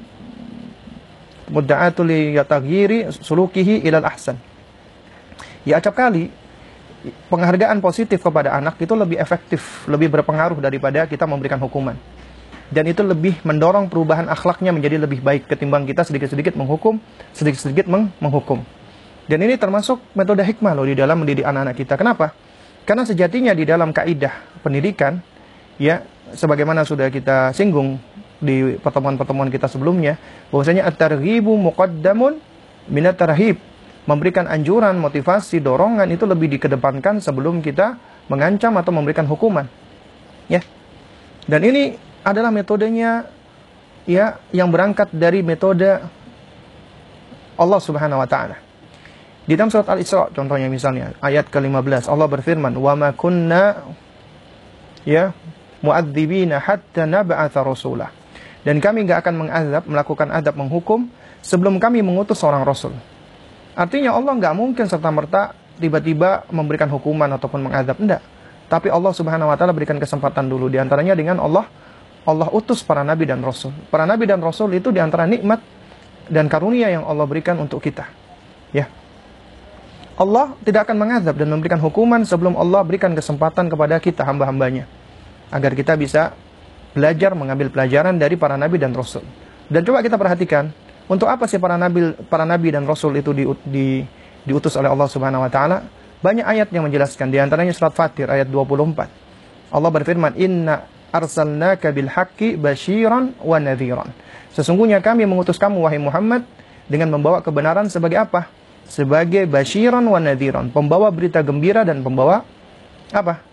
mudda'atu li taghyiri sulukihi ila al-ahsan. Ya, acap kali penghargaan positif kepada anak itu lebih efektif, lebih berpengaruh daripada kita memberikan hukuman. Dan itu lebih mendorong perubahan akhlaknya menjadi lebih baik ketimbang kita sedikit-sedikit menghukum, sedikit-sedikit menghukum. Dan ini termasuk metode hikmah loh di dalam mendidik anak-anak kita. Kenapa? Karena sejatinya di dalam kaidah pendidikan, ya, sebagaimana sudah kita singgung di pertemuan-pertemuan kita sebelumnya, bahwasanya at-targhibu muqaddamun minat tarhib. Memberikan anjuran, motivasi, dorongan itu lebih dikedepankan sebelum kita mengancam atau memberikan hukuman. Ya. Dan ini adalah metodenya, ya, yang berangkat dari metode Allah Subhanahu wa taala. Di dalam surat Al-Isra contohnya misalnya ayat ke-15 Allah berfirman, "Wa ma kunna ya mu'adzibina hatta nab'atsa rasulah." Dan kami enggak akan melakukan azab, menghukum sebelum kami mengutus seorang rasul. Artinya Allah nggak mungkin serta-merta tiba-tiba memberikan hukuman ataupun mengazab, enggak. Tapi Allah Subhanahu wa taala berikan kesempatan dulu, di antaranya dengan Allah utus para nabi dan rasul. Para nabi dan rasul itu di antara nikmat dan karunia yang Allah berikan untuk kita. Ya. Allah tidak akan mengazab dan memberikan hukuman sebelum Allah berikan kesempatan kepada kita hamba-hambanya agar kita bisa belajar mengambil pelajaran dari para nabi dan rasul. Dan coba kita perhatikan, untuk apa sih para nabi dan rasul itu diutus oleh Allah Subhanahu wa taala? Banyak ayat yang menjelaskan, di antaranya surat Fatir ayat 24. Allah berfirman, "Inna arsalnaka bil haqqi basyiran wa nadhiran." Sesungguhnya kami mengutus kamu wahai Muhammad dengan membawa kebenaran sebagai apa? Sebagai basyiran wa nadhiran, pembawa berita gembira dan pembawa apa?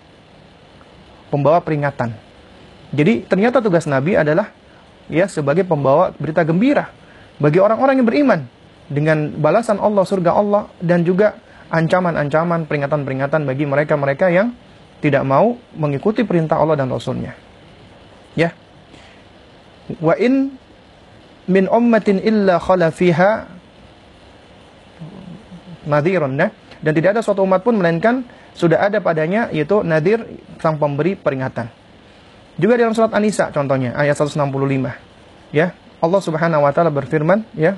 Pembawa peringatan. Jadi ternyata tugas nabi adalah ya sebagai pembawa berita gembira bagi orang-orang yang beriman dengan balasan Allah, surga Allah, dan juga ancaman-ancaman, peringatan-peringatan bagi mereka-mereka yang tidak mau mengikuti perintah Allah dan Rasulnya. Ya. Wa in min ummatin illa khala fiha nadhirun, ya. Dan tidak ada suatu umat pun melainkan sudah ada padanya yaitu nadhir, sang pemberi peringatan. Juga dalam surat An-Nisa contohnya ayat 165. Ya, Allah Subhanahu wa taala berfirman, ya.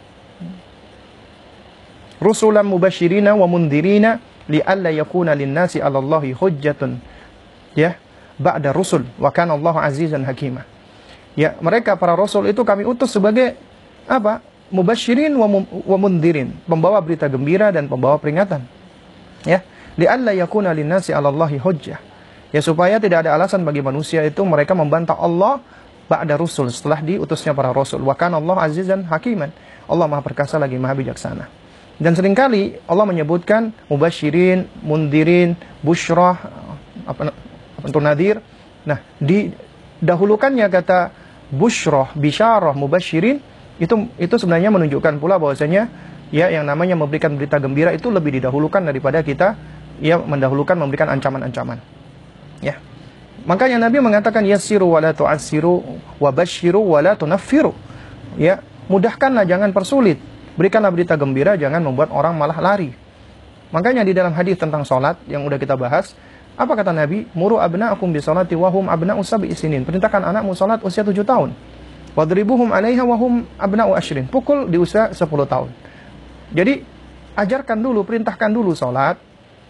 Rusulan mubasyirina wa mundhirina li'alla yakuna lin-nasi 'ala Allahi hujjatun, ya, ba'da rusul wa kana Allahu 'azizan hakima. Ya, mereka para rasul itu kami utus sebagai apa? Mubasyirin wa mundhirin, pembawa berita gembira dan pembawa peringatan. Ya, li'alla yakuna lin-nasi 'ala Allahi hujjah. Ya, supaya tidak ada alasan bagi manusia itu mereka membantah Allah ba'da rusul, setelah diutusnya para rasul. Wa kana Allah azizan hakiman. Allah Maha perkasa lagi Maha bijaksana. Dan seringkali Allah menyebutkan mubasyirin, mundhirin, busyrah, untuk nadir. Nah, didahulukannya kata busyrah, bisyarah, mubasyirin itu sebenarnya menunjukkan pula bahwasanya ya yang namanya memberikan berita gembira itu lebih didahulukan daripada kita ya mendahulukan memberikan ancaman-ancaman. Ya. Makanya Nabi mengatakan yassiru wa la tu'assiru wa basyiru wa la tunaffiru. Ya, mudahkanlah jangan persulit. Berikanlah berita gembira, jangan membuat orang malah lari. Makanya di dalam hadis tentang salat yang udah kita bahas, apa kata Nabi? Muru abna'akum bi salati wa hum abna'u sab'i sinin. Perintahkan anakmu salat usia 7 tahun. Wadribuhum 'alaiha wa hum abna'u ashrin. Pukul di usia 10 tahun. Jadi ajarkan dulu, perintahkan dulu salat,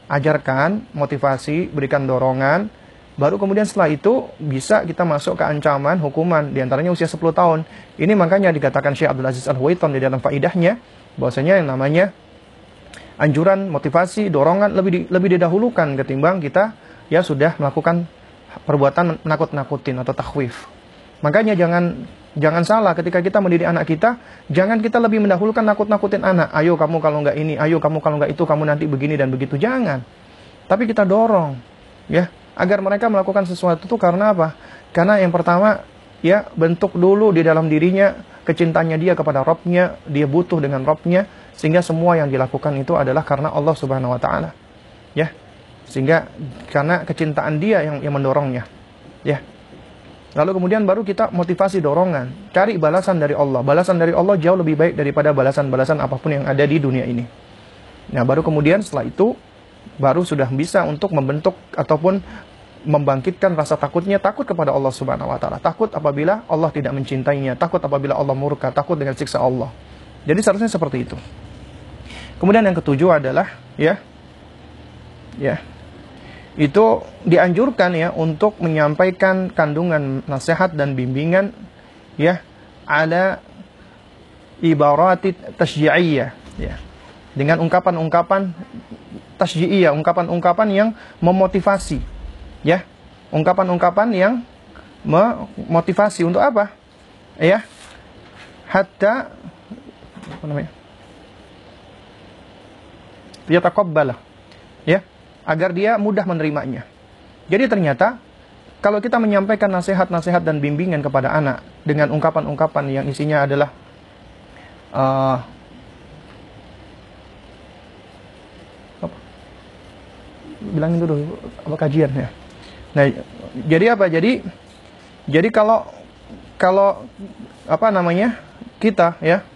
ajarkan, motivasi, berikan dorongan. Baru kemudian setelah itu bisa kita masuk ke ancaman hukuman, diantaranya usia 10 tahun. Ini makanya dikatakan Syekh Abdul Aziz Al-Huwaiton di dalam faidahnya, bahwasanya yang namanya anjuran, motivasi, dorongan lebih didahulukan ketimbang kita ya sudah melakukan perbuatan menakut-nakutin atau takhwif. Makanya jangan salah ketika kita mendidik anak kita, jangan kita lebih mendahulukan nakut-nakutin anak. Ayo kamu kalau nggak ini, ayo kamu kalau nggak itu, kamu nanti begini dan begitu. Jangan. Tapi kita dorong, ya, agar mereka melakukan sesuatu itu karena apa? Karena yang pertama, ya, bentuk dulu di dalam dirinya kecintaannya dia kepada Rabbnya, dia butuh dengan Rabbnya, sehingga semua yang dilakukan itu adalah karena Allah Subhanahu Wa Taala, ya. Sehingga karena kecintaan dia yang mendorongnya, ya. Lalu kemudian baru kita motivasi dorongan, cari balasan dari Allah. Balasan dari Allah jauh lebih baik daripada balasan-balasan apapun yang ada di dunia ini. Nah, baru kemudian setelah itu baru sudah bisa untuk membentuk ataupun membangkitkan rasa takutnya, takut kepada Allah Subhanahu Wa Taala, takut apabila Allah tidak mencintainya, takut apabila Allah murka, takut dengan siksa Allah. Jadi seharusnya seperti itu. Kemudian yang ketujuh adalah ya itu dianjurkan ya untuk menyampaikan kandungan nasihat dan bimbingan ya ala ibarati tasyyi'iyah ya, dengan ungkapan-ungkapan tasyyi'iyah, ungkapan-ungkapan yang memotivasi ya, ungkapan-ungkapan yang memotivasi untuk apa ya, hatta apa namanya, yataqabbala ya, agar dia mudah menerimanya. Jadi ternyata kalau kita menyampaikan nasihat-nasihat dan bimbingan kepada anak dengan ungkapan-ungkapan yang isinya adalah bilangin dulu apa kajian ya. Nah, jadi apa? Jadi kalau apa namanya, kita ya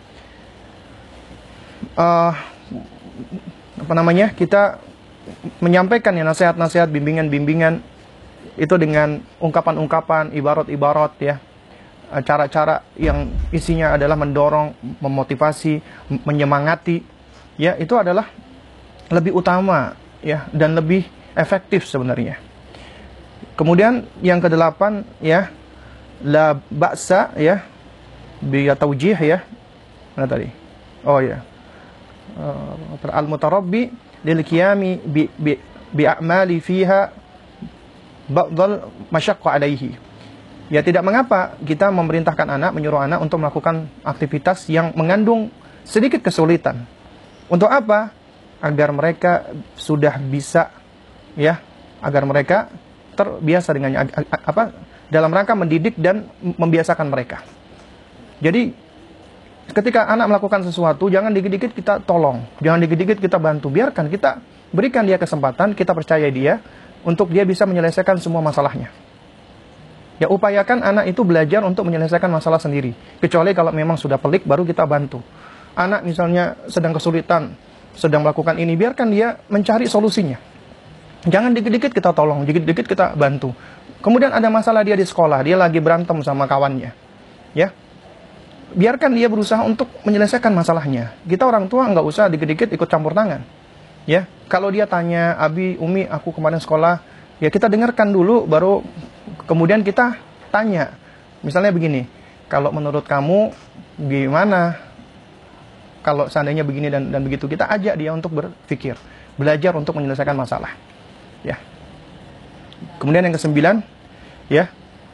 apa namanya, kita menyampaikan ya nasihat-nasihat, bimbingan-bimbingan itu dengan ungkapan-ungkapan, ibarat-ibarat ya, cara-cara yang isinya adalah mendorong, memotivasi, menyemangati ya, itu adalah lebih utama ya dan lebih efektif sebenarnya. Kemudian yang kedelapan ya, la ba'sa ya bi taujih ya, mana tadi? Oh ya, al-mutarabbi lil qiyami bi a'mali fiha ba'dal masyaqqa alaihi. Ya, tidak mengapa kita memerintahkan anak, menyuruh anak untuk melakukan aktivitas yang mengandung sedikit kesulitan. Untuk apa? Agar mereka sudah bisa ya, agar mereka terbiasa dengannya, apa, dalam rangka mendidik dan membiasakan mereka. Jadi ketika anak melakukan sesuatu, jangan dikit-dikit kita tolong, jangan dikit-dikit kita bantu. Biarkan, kita berikan dia kesempatan, kita percaya dia untuk dia bisa menyelesaikan semua masalahnya. Ya, upayakan anak itu belajar untuk menyelesaikan masalah sendiri. Kecuali kalau memang sudah pelik, baru kita bantu. Anak misalnya sedang kesulitan, sedang melakukan ini, biarkan dia mencari solusinya. Jangan dikit-dikit kita tolong, dikit-dikit kita bantu. Kemudian ada masalah dia di sekolah, dia lagi berantem sama kawannya, ya, biarkan dia berusaha untuk menyelesaikan masalahnya. Kita orang tua nggak usah dikit-dikit ikut campur tangan. Ya, kalau dia tanya, Abi, Umi, aku kemarin sekolah, ya kita dengarkan dulu, baru kemudian kita tanya. Misalnya begini, kalau menurut kamu gimana? Kalau seandainya begini dan begitu, kita ajak dia untuk berpikir, belajar untuk menyelesaikan masalah. Ya. Kemudian yang kesembilan, ya.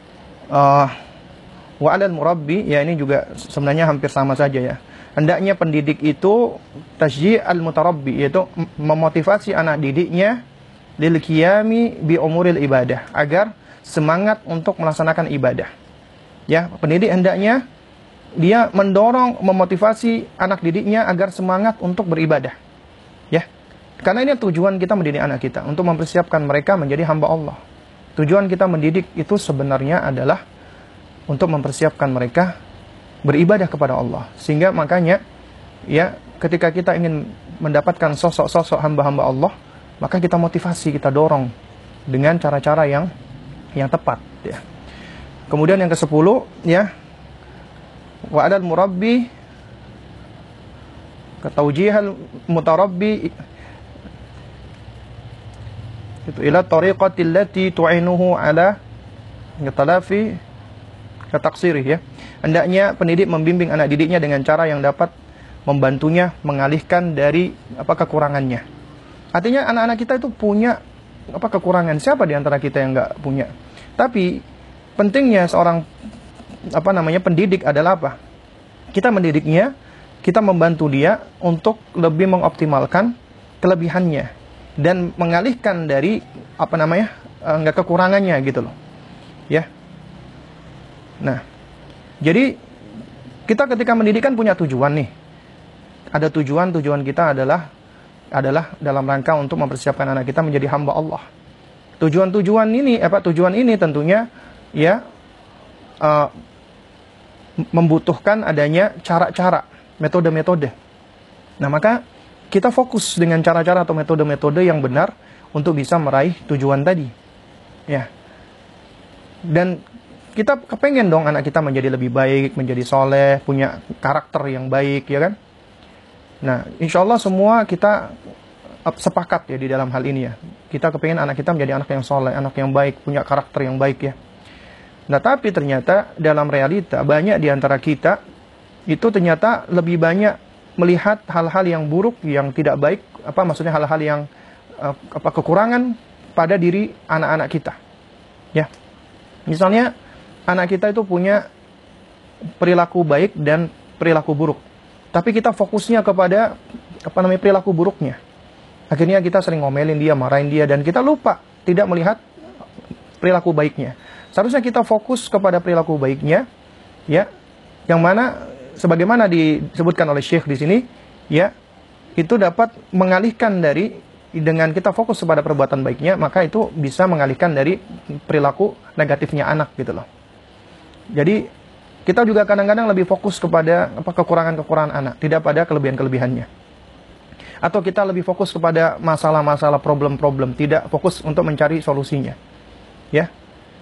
Wa 'alal murabbi, ya ini juga sebenarnya hampir sama saja ya. Hendaknya pendidik itu tasyji' al-mutarabbi, yaitu memotivasi anak didiknya lil qiyami bi umuril ibadah, agar semangat untuk melaksanakan ibadah. Ya, pendidik hendaknya dia mendorong, memotivasi anak didiknya agar semangat untuk beribadah. Ya. Karena ini tujuan kita mendidik anak kita, untuk mempersiapkan mereka menjadi hamba Allah. Tujuan kita mendidik itu sebenarnya adalah untuk mempersiapkan mereka beribadah kepada Allah. Sehingga makanya ya, ketika kita ingin mendapatkan sosok-sosok hamba-hamba Allah, maka kita motivasi, kita dorong dengan cara-cara yang tepat ya. Kemudian yang ke-10 ya, wa 'alal murabbi ka taujihal mutarabbi Itu ila tariqatil lati tu'inuhu ala talafi kataksirih ya. Hendaknya pendidik membimbing anak didiknya dengan cara yang dapat membantunya mengalihkan dari kekurangannya. Artinya anak-anak kita itu punya kekurangan. Siapa di antara kita yang nggak punya? Tapi pentingnya seorang pendidik adalah apa? Kita mendidiknya, kita membantu dia untuk lebih mengoptimalkan kelebihannya dan mengalihkan dari kekurangannya gitu loh. Ya. Nah, jadi kita ketika mendidik kan punya tujuan nih. Ada tujuan kita adalah dalam rangka untuk mempersiapkan anak kita menjadi hamba Allah. Tujuan ini tentunya ya membutuhkan adanya cara-cara, metode-metode. Nah, maka kita fokus dengan cara-cara atau metode-metode yang benar untuk bisa meraih tujuan tadi. Ya. Dan kita kepengen dong anak kita menjadi lebih baik, menjadi soleh, punya karakter yang baik, ya kan? Nah, insya Allah semua kita sepakat ya di dalam hal ini ya. Kita kepengen anak kita menjadi anak yang soleh, anak yang baik, punya karakter yang baik ya. Nah, tapi ternyata dalam realita banyak di antara kita itu ternyata lebih banyak melihat hal-hal yang buruk, yang tidak baik, maksudnya hal-hal yang kekurangan pada diri anak-anak kita. Ya. Misalnya anak kita itu punya perilaku baik dan perilaku buruk. Tapi kita fokusnya kepada perilaku buruknya. Akhirnya kita sering ngomelin dia, marahin dia, dan kita lupa tidak melihat perilaku baiknya. Seharusnya kita fokus kepada perilaku baiknya, ya, yang mana sebagaimana disebutkan oleh Syekh di sini, ya, itu dapat mengalihkan dengan kita fokus kepada perbuatan baiknya, maka itu bisa mengalihkan dari perilaku negatifnya anak gitu loh. Jadi kita juga kadang-kadang lebih fokus kepada kekurangan-kekurangan anak, tidak pada kelebihan-kelebihannya. Atau kita lebih fokus kepada masalah-masalah, problem-problem, tidak fokus untuk mencari solusinya. Ya.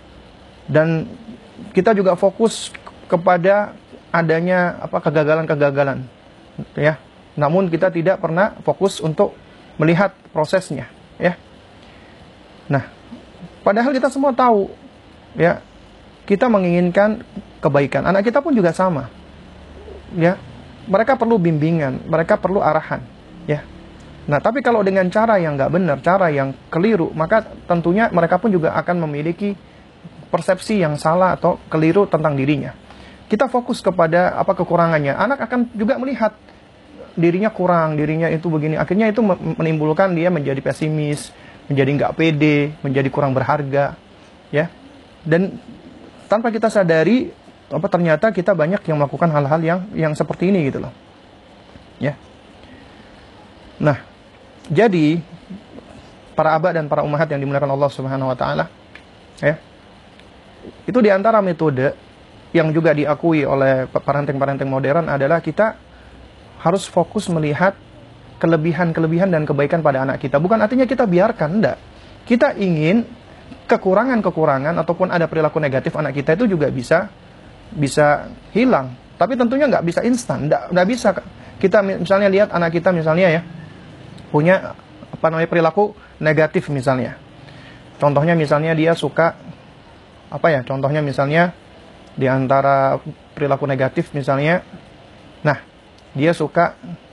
Dan kita juga fokus kepada adanya kegagalan-kegagalan. Ya. Namun kita tidak pernah fokus untuk melihat prosesnya, ya. Nah, padahal kita semua tahu, ya, kita menginginkan kebaikan. Anak kita pun juga sama, ya. Mereka perlu bimbingan, mereka perlu arahan, ya. Nah, tapi kalau dengan cara yang nggak benar, cara yang keliru, maka tentunya mereka pun juga akan memiliki persepsi yang salah atau keliru tentang dirinya. Kita fokus kepada kekurangannya. Anak akan juga melihat dirinya kurang, dirinya itu begini. Akhirnya itu menimbulkan dia menjadi pesimis, menjadi nggak pede, menjadi kurang berharga, ya. Dan tanpa kita sadari, ternyata kita banyak yang melakukan hal-hal yang seperti ini gitu loh, ya. Nah, jadi para abah dan para ummahat yang dimuliakan Allah Subhanahu Wa Taala, ya, itu diantara metode yang juga diakui oleh parenting-parenting modern adalah kita harus fokus melihat kelebihan-kelebihan dan kebaikan pada anak kita. Bukan artinya kita biarkan, enggak. Kita ingin kekurangan-kekurangan ataupun ada perilaku negatif anak kita itu juga bisa hilang. Tapi tentunya nggak bisa instan, nggak bisa. Kita misalnya lihat anak kita misalnya ya, punya perilaku negatif misalnya. Contohnya misalnya dia suka contohnya misalnya di antara perilaku negatif misalnya, nah, dia suka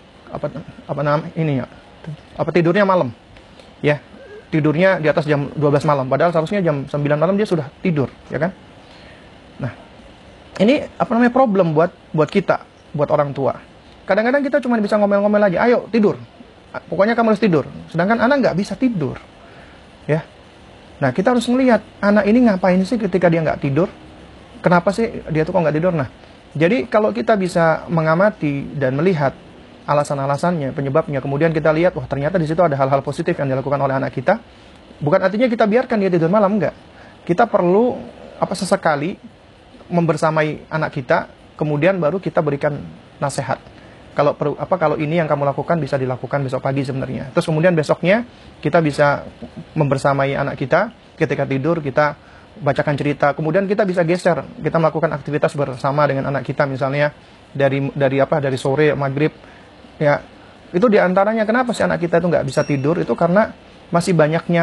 tidurnya malam, ya, tidurnya di atas jam 12 malam, padahal seharusnya jam 9 malam dia sudah tidur, ya kan? Nah, ini problem buat kita, buat orang tua. Kadang-kadang kita cuma bisa ngomel-ngomel aja, ayo tidur, pokoknya kamu harus tidur, sedangkan anak nggak bisa tidur, ya. Nah, kita harus melihat anak ini ngapain sih ketika dia nggak tidur, kenapa sih dia tuh kok nggak tidur. Nah, jadi kalau kita bisa mengamati dan melihat alasan-alasannya, penyebabnya, kemudian kita lihat, wah ternyata di situ ada hal-hal positif yang dilakukan oleh anak kita. Bukan artinya kita biarkan dia tidur malam, enggak. Kita perlu sesekali membersamai anak kita, kemudian baru kita berikan nasihat. Kalau ini yang kamu lakukan bisa dilakukan besok pagi sebenarnya. Terus kemudian besoknya kita bisa membersamai anak kita ketika tidur, kita bacakan cerita, kemudian kita bisa geser, kita melakukan aktivitas bersama dengan anak kita misalnya dari sore maghrib, ya. Itu diantaranya kenapa sih anak kita itu nggak bisa tidur, itu karena masih banyaknya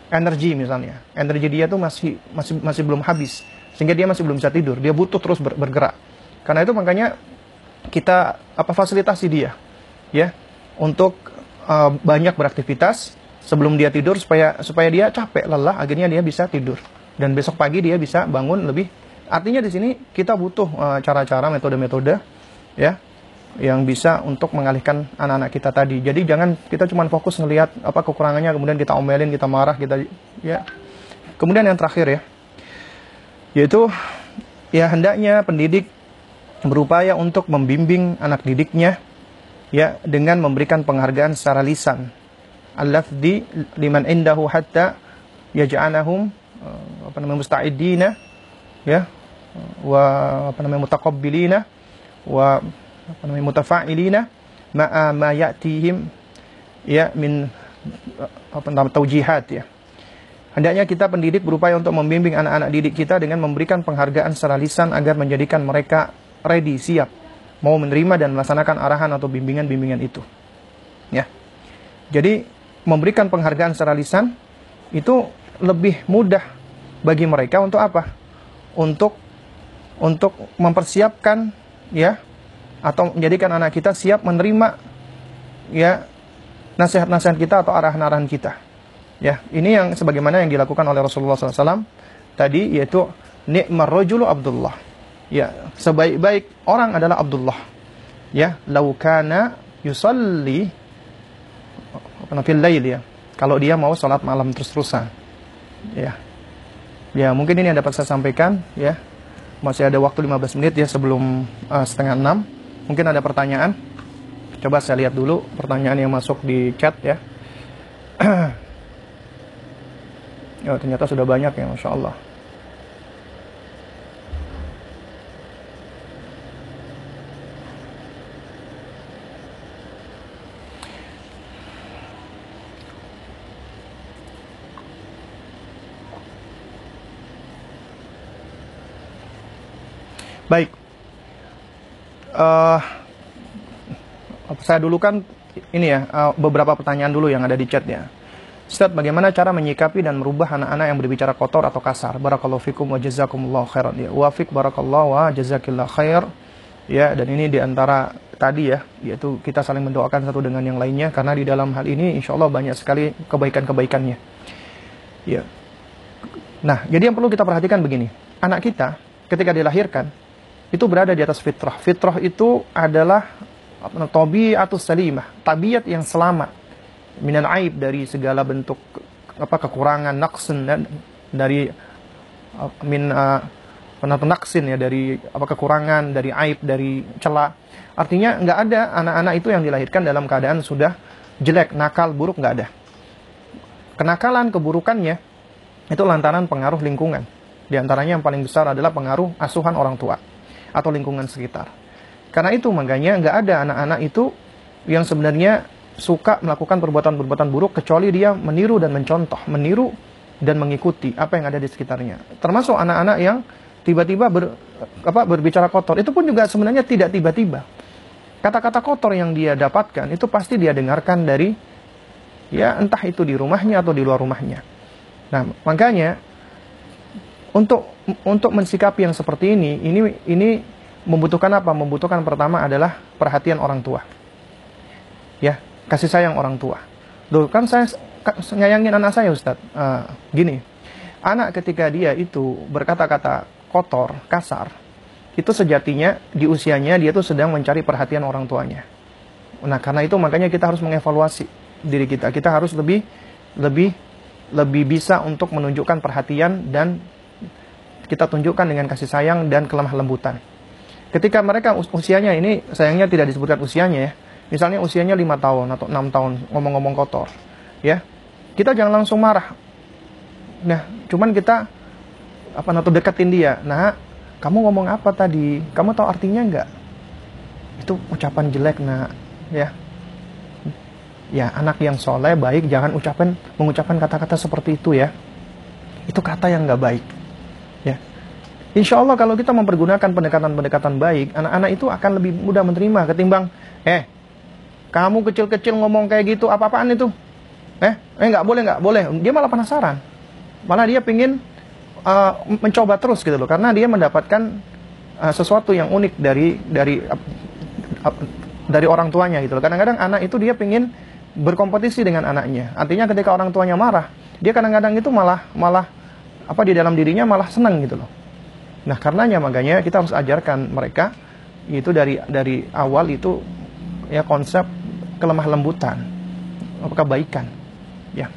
energi misalnya. Energi dia tuh masih belum habis, sehingga dia masih belum bisa tidur. Dia butuh terus bergerak. Karena itu makanya kita fasilitasi dia, ya, untuk banyak beraktivitas sebelum dia tidur supaya dia capek, lelah, akhirnya dia bisa tidur dan besok pagi dia bisa bangun lebih. Artinya di sini kita butuh cara-cara, metode-metode, ya, yang bisa untuk mengalihkan anak-anak kita tadi. Jadi jangan kita cuma fokus ngelihat kekurangannya, kemudian kita omelin, kita marah, kita, ya. Kemudian yang terakhir, ya, yaitu ya hendaknya pendidik berupaya untuk membimbing anak didiknya, ya, dengan memberikan penghargaan secara lisan, al-lafzi liman indahu hatta yaj'alahum musta'idina, ya, wa mutaqabbilina wa mutafa'ilina ma ya'tihim, ya, min taujihat, ya. Hendaknya kita pendidik berupaya untuk membimbing anak-anak didik kita dengan memberikan penghargaan secara lisan agar menjadikan mereka ready, siap, mau menerima dan melaksanakan arahan atau bimbingan-bimbingan itu. Ya. Jadi memberikan penghargaan secara lisan itu lebih mudah bagi mereka untuk apa? Untuk mempersiapkan, ya, atau menjadikan anak kita siap menerima, ya, nasihat-nasihat kita atau arahan-arahan kita. Ya, ini yang sebagaimana yang dilakukan oleh Rasulullah SAW tadi, yaitu ni'mar rajulu Abdullah. Ya, sebaik-baik orang adalah Abdullah. Ya, lau kana yusalli fil lail, ya. Kalau dia mau sholat malam terus-terusan. Ya. Ya, mungkin ini yang dapat saya sampaikan, ya. Masih ada waktu 15 menit, ya, sebelum 5:30. Mungkin ada pertanyaan. Coba saya lihat dulu pertanyaan yang masuk di chat, ya. Ya, ternyata sudah banyak, ya, Masya Allah. Baik, saya dulu kan ini, ya, beberapa pertanyaan dulu yang ada di chat, ya. Ustaz, bagaimana cara menyikapi dan merubah anak-anak yang berbicara kotor atau kasar? Barakallahu fikum wa jazakumullahu khairan, ya. Wafik barakallahu wa jazakillahu khair, ya. Dan ini diantara tadi, ya, yaitu kita saling mendoakan satu dengan yang lainnya, karena di dalam hal ini insya Allah banyak sekali kebaikan-kebaikannya, ya. Nah, jadi yang perlu kita perhatikan begini, anak kita ketika dilahirkan itu berada di atas fitrah. Fitrah itu adalah tabiatus salimah, tabiat yang selamat, minal aib, dari segala bentuk kekurangan, naqsin, dari naqsin, ya, dari kekurangan, dari aib, dari celah. Artinya nggak ada anak-anak itu yang dilahirkan dalam keadaan sudah jelek, nakal, buruk, nggak ada. Kenakalan, keburukannya itu lantaran pengaruh lingkungan. Di antaranya yang paling besar adalah pengaruh asuhan orang tua atau lingkungan sekitar. Karena itu makanya nggak ada anak-anak itu yang sebenarnya suka melakukan perbuatan-perbuatan buruk kecuali dia meniru dan mencontoh, meniru dan mengikuti apa yang ada di sekitarnya. Termasuk anak-anak yang tiba-tiba berbicara kotor, itu pun juga sebenarnya tidak tiba-tiba. Kata-kata kotor yang dia dapatkan itu pasti dia dengarkan dari, ya, entah itu di rumahnya atau di luar rumahnya. Nah, makanya untuk mensikapi yang seperti ini membutuhkan apa? Membutuhkan pertama adalah perhatian orang tua. Ya, kasih sayang orang tua. Loh, kan saya nyayangin anak saya, Ustadz. Gini, anak ketika dia itu berkata-kata kotor, kasar, itu sejatinya di usianya dia tuh sedang mencari perhatian orang tuanya. Nah, karena itu makanya kita harus mengevaluasi diri kita. Kita harus lebih bisa untuk menunjukkan perhatian dan kita tunjukkan dengan kasih sayang dan kelemah lembutan. Ketika mereka usianya ini, sayangnya tidak disebutkan usianya, ya. Misalnya usianya 5 tahun atau 6 tahun ngomong-ngomong kotor, ya. Kita jangan langsung marah. Nah, cuman kita deketin dia. Nah, kamu ngomong apa tadi? Kamu tahu artinya nggak? Itu ucapan jelek, nak, ya. Ya, anak yang soleh, baik, jangan mengucapkan kata-kata seperti itu, ya. Itu kata yang nggak baik, ya. Insya Allah kalau kita mempergunakan pendekatan-pendekatan baik, anak-anak itu akan lebih mudah menerima ketimbang, kamu kecil-kecil ngomong kayak gitu, apa-apaan itu? Nggak boleh, nggak boleh. Dia malah penasaran. Malah dia pingin mencoba terus gitu loh, karena dia mendapatkan sesuatu yang unik dari orang tuanya gitu loh. Kadang-kadang anak itu dia pingin berkompetisi dengan anaknya. Artinya ketika orang tuanya marah, dia kadang-kadang itu malah di dalam dirinya malah senang gitu loh. Nah, karenanya makanya kita harus ajarkan mereka itu dari awal itu ya konsep kelemah lembutan, kebaikan, ya.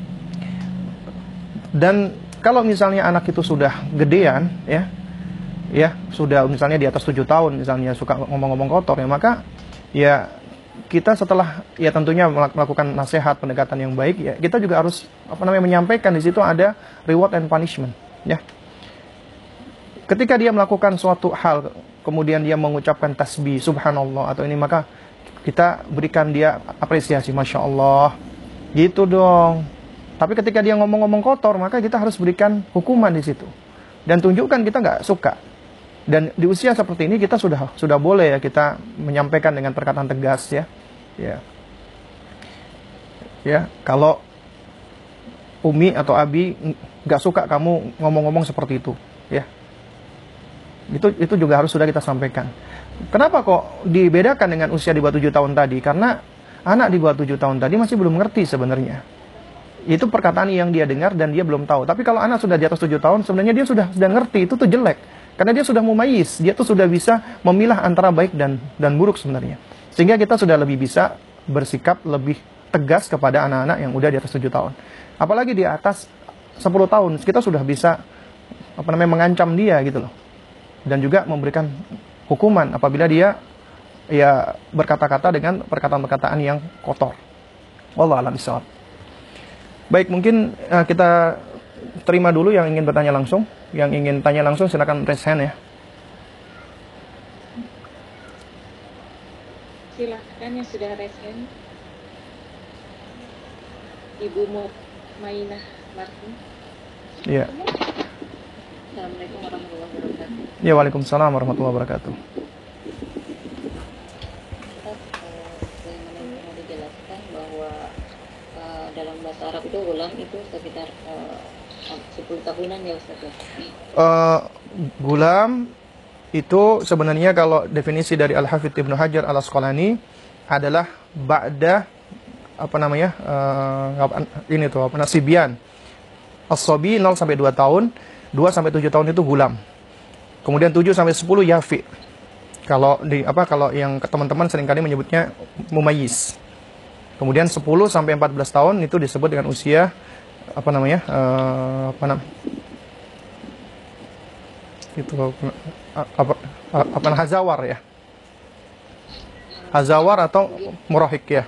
Dan kalau misalnya anak itu sudah gedean, ya sudah misalnya di atas 7 tahun misalnya suka ngomong-ngomong kotor ya, maka ya kita setelah ya tentunya melakukan nasihat pendekatan yang baik ya, kita juga harus menyampaikan di situ ada reward and punishment, ya. Ketika dia melakukan suatu hal kemudian dia mengucapkan tasbih subhanallah atau ini, maka kita berikan dia apresiasi, masya Allah, gitu dong. Tapi ketika dia ngomong-ngomong kotor, maka kita harus berikan hukuman di situ dan tunjukkan kita nggak suka. Dan di usia seperti ini kita sudah boleh ya kita menyampaikan dengan perkataan tegas, ya. Ya, kalau Umi atau Abi nggak suka kamu ngomong-ngomong seperti itu, ya. Itu juga harus sudah kita sampaikan. Kenapa kok dibedakan dengan usia di bawah 7 tahun tadi? Karena anak di bawah 7 tahun tadi masih belum mengerti sebenarnya. Itu perkataan yang dia dengar dan dia belum tahu. Tapi kalau anak sudah di atas 7 tahun, sebenarnya dia sudah ngerti, itu tuh jelek. Karena dia sudah mumayyiz, dia tuh sudah bisa memilah antara baik dan buruk sebenarnya. Sehingga kita sudah lebih bisa bersikap lebih tegas kepada anak-anak yang udah di atas 7 tahun. Apalagi di atas 10 tahun, kita sudah bisa mengancam dia gitu loh. Dan juga memberikan hukuman apabila dia ya berkata-kata dengan perkataan-perkataan yang kotor. Wallahu a'lam bishawab. Baik, mungkin kita terima dulu yang ingin bertanya langsung. Yang ingin tanya langsung silakan raise hand, ya. Silahkan yang sudah raise hand. Ibu Mainah Martin. Iya. Assalamualaikum warahmatullahi wabarakatuh. Ya, waalaikumsalam warahmatullahi wabarakatuh. Bagaimana yang mau dijelaskan bahwa dalam bahasa Arab itu gulam itu sekitar 10 tahunan ya Ustaz. Gulam itu sebenarnya kalau definisi dari Al-Hafidz Ibnu Hajar Al-Asqalani adalah ba'da Sibyan. As-Sabi 0 sampai 2 tahun, 2 sampai 7 tahun itu gulam. Kemudian 7 sampai 10 yafi. Kalau yang teman-teman seringkali menyebutnya mumayyiz. Kemudian 10 sampai 14 tahun itu disebut dengan usia hazawar, ya. Hazawar atau murahik, ya.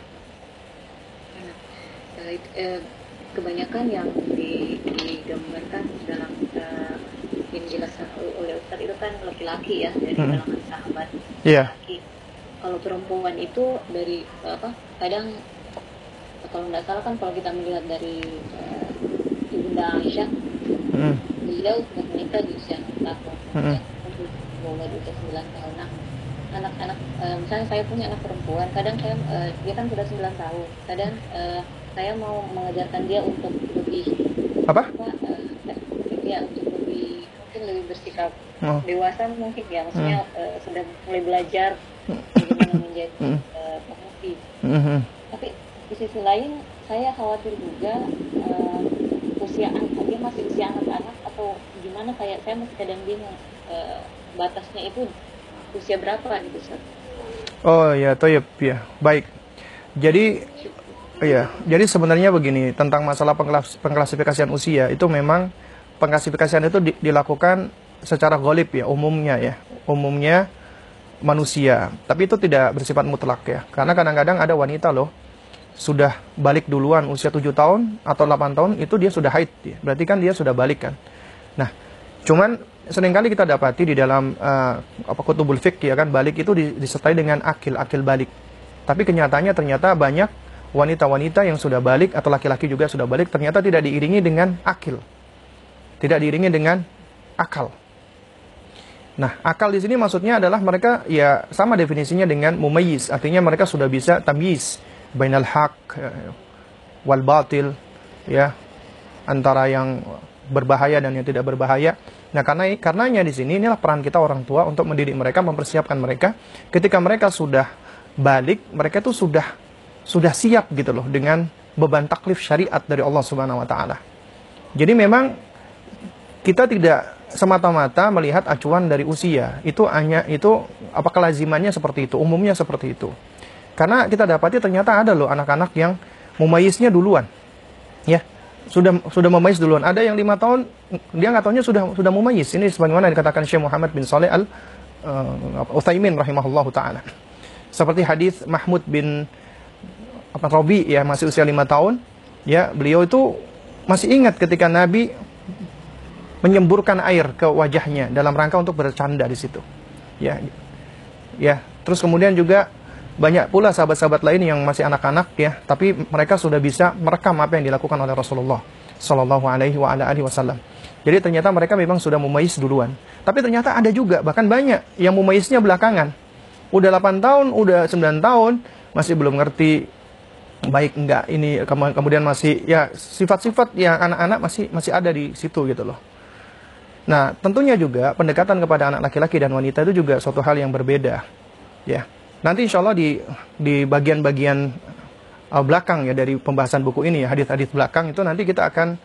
Kebanyakan yang digambarkan dalam yang dijelaskan oleh Ustaz itu kan laki-laki ya, dari kalangan sahabat laki. Kalau perempuan itu dari kadang kalau tidak salah kan kalau kita melihat dari Ibunda Aisyah, beliau sudah menikah di usia 6 tahun, umur di usia 9 tahun. Nah, anak-anak, misalnya saya punya anak perempuan, kadang saya dia kan sudah 9 tahun, kadang saya mau mengajarkan dia untuk lebih untuk mungkin lebih bersikap dewasa mungkin ya, maksudnya sudah mulai belajar bagaimana menjadi pemimpin. Tapi di sisi lain saya khawatir juga dia masih usia anak-anak atau gimana, saya masih kadang bingung batasnya itu usia berapa gitu Ustaz. Oh ya, toyib ya, baik. Jadi sebenarnya begini, tentang masalah pengklasifikasian usia itu memang pengklasifikasian itu dilakukan secara ghalib ya, umumnya manusia. Tapi itu tidak bersifat mutlak ya, karena kadang-kadang ada wanita loh sudah balik duluan usia 7 tahun atau 8 tahun itu dia sudah haid ya. Berarti kan dia sudah balik kan. Nah, cuman seringkali kita dapati di dalam kutubul fiqh ya kan, balik itu disertai dengan akil balik. Tapi kenyataannya ternyata banyak wanita-wanita yang sudah balik atau laki-laki juga sudah balik ternyata tidak diiringi dengan akil. Tidak diiringi dengan akal. Nah, akal di sini maksudnya adalah mereka ya sama definisinya dengan mumayyiz, artinya mereka sudah bisa tamyiz bainal haq wal batil, ya, antara yang berbahaya dan yang tidak berbahaya. Nah, karenanya di sini inilah peran kita orang tua untuk mendidik mereka, mempersiapkan mereka ketika mereka sudah balik, mereka itu sudah siap gitu loh dengan beban taklif syariat dari Allah Subhanahu wa taala. Jadi memang kita tidak semata-mata melihat acuan dari usia. Itu apa kelazimannya seperti itu, umumnya seperti itu. Karena kita dapati ternyata ada loh anak-anak yang mumayiznya duluan. Ya, sudah mumayyiz duluan. Ada yang 5 tahun dia nggak tahunya sudah mumayyiz. Ini sebagaimana dikatakan Syekh Muhammad bin Shalih Al Utsaimin rahimahullahu taala. Seperti hadis Mahmud bin Rabi, ya, masih usia 5 tahun, ya, beliau itu masih ingat ketika Nabi menyemburkan air ke wajahnya dalam rangka untuk bercanda di situ. Ya. Ya, terus kemudian juga banyak pula sahabat-sahabat lain yang masih anak-anak, ya, tapi mereka sudah bisa merekam apa yang dilakukan oleh Rasulullah sallallahu alaihi wasallam. Jadi ternyata mereka memang sudah mumayyiz duluan. Tapi ternyata ada juga bahkan banyak yang mumayyiznya belakangan. Udah 8 tahun, udah 9 tahun masih belum ngerti baik enggak ini, kemudian masih, ya, sifat-sifat yang anak-anak masih ada di situ gitu loh. Nah, tentunya juga pendekatan kepada anak laki-laki dan wanita itu juga suatu hal yang berbeda, ya. Nanti insya Allah di bagian-bagian belakang, ya, dari pembahasan buku ini, ya, hadis-hadis belakang itu nanti kita akan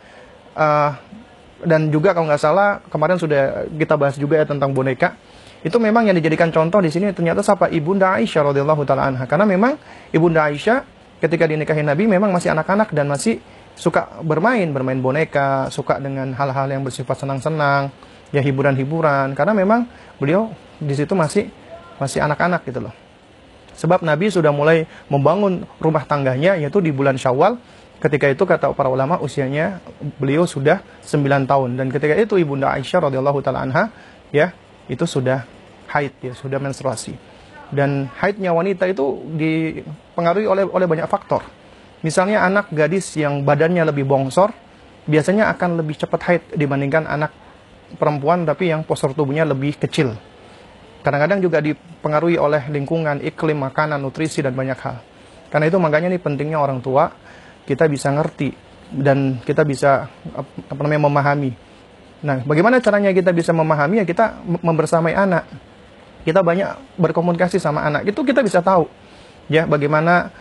dan juga kalau nggak salah kemarin sudah kita bahas juga, ya, tentang boneka. Itu memang yang dijadikan contoh di sini ternyata siapa? Ibunda Aisyah radhiyallahu taala anha. Karena memang Ibunda Aisyah ketika dinikahi Nabi memang masih anak-anak dan masih suka bermain boneka, suka dengan hal-hal yang bersifat senang-senang, ya, hiburan-hiburan. Karena memang beliau di situ masih anak-anak gitu loh. Sebab Nabi sudah mulai membangun rumah tangganya yaitu di bulan Syawal. Ketika itu kata para ulama usianya beliau sudah 9 tahun, dan ketika itu Ibunda Aisyah radhiyallahu taala anha, ya, itu sudah haid, ya, sudah menstruasi. Dan haidnya wanita itu dipengaruhi oleh banyak faktor. Misalnya anak gadis yang badannya lebih bongsor biasanya akan lebih cepat haid dibandingkan anak perempuan tapi yang postur tubuhnya lebih kecil. Kadang-kadang juga dipengaruhi oleh lingkungan, iklim, makanan, nutrisi, dan banyak hal. Karena itu makanya nih pentingnya orang tua kita bisa ngerti dan kita bisa memahami. Nah, bagaimana caranya kita bisa memahami? Ya, kita membersamai anak. Kita banyak berkomunikasi sama anak. Itu kita bisa tahu, ya, bagaimana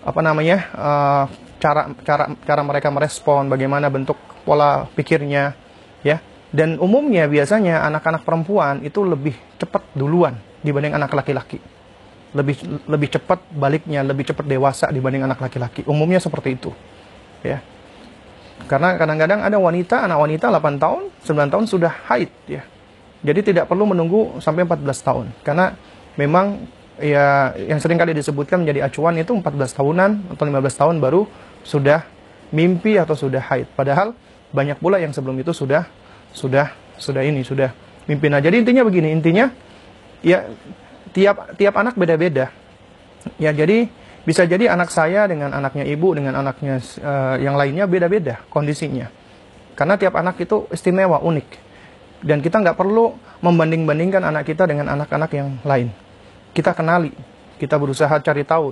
cara mereka merespon, bagaimana bentuk pola pikirnya, ya. Dan umumnya biasanya anak-anak perempuan itu lebih cepat duluan dibanding anak laki-laki. Lebih cepat baliknya, lebih cepat dewasa dibanding anak laki-laki. Umumnya seperti itu, ya. Karena kadang-kadang ada anak wanita 8 tahun, 9 tahun sudah haid, ya. Jadi tidak perlu menunggu sampai 14 tahun. Karena memang, ya, yang sering kali disebutkan menjadi acuan itu 14 tahunan atau 15 tahun baru sudah mimpi atau sudah haid. Padahal banyak pula yang sebelum itu sudah mimpi. Nah, jadi intinya begini, ya, tiap anak beda-beda. Ya, jadi bisa jadi anak saya dengan anaknya ibu dengan anaknya yang lainnya beda-beda kondisinya. Karena tiap anak itu istimewa, unik. Dan kita nggak perlu membanding-bandingkan anak kita dengan anak-anak yang lain. Kita kenali, kita berusaha cari tahu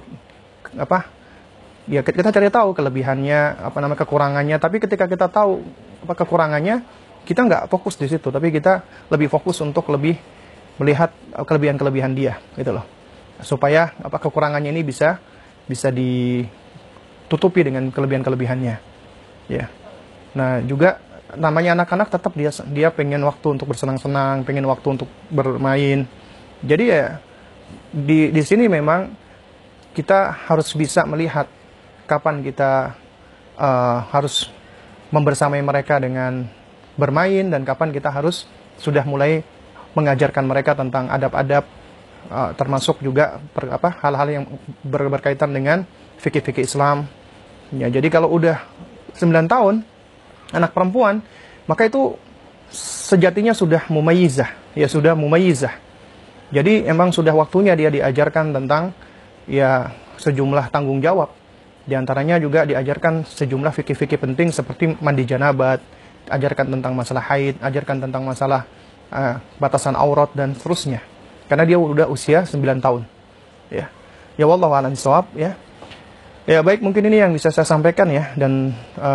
kita cari tahu kelebihannya, kekurangannya. Tapi ketika kita tahu kekurangannya, kita nggak fokus di situ, tapi kita lebih fokus untuk lebih melihat kelebihan-kelebihan dia, gitu loh. Supaya kekurangannya ini bisa ditutupi dengan kelebihan-kelebihannya, ya. Nah, juga namanya anak-anak tetap dia pengen waktu untuk bersenang-senang, pengen waktu untuk bermain. Jadi, ya, di sini memang kita harus bisa melihat kapan kita harus membersamai mereka dengan bermain dan kapan kita harus sudah mulai mengajarkan mereka tentang adab-adab, termasuk juga hal-hal yang berkaitan dengan fikih-fikih Islam. Ya, jadi kalau udah 9 tahun anak perempuan, maka itu sejatinya sudah mumayyizah, ya, sudah mumayyizah. Jadi emang sudah waktunya dia diajarkan tentang, ya, sejumlah tanggung jawab. Di antaranya juga diajarkan sejumlah fikih-fikih penting seperti mandi janabat, ajarkan tentang masalah haid, ajarkan tentang masalah batasan aurat dan seterusnya. Karena dia udah usia 9 tahun. Ya. Ya, wallahu a'lam bishawab, ya. Ya baik, mungkin ini yang bisa saya sampaikan ya, dan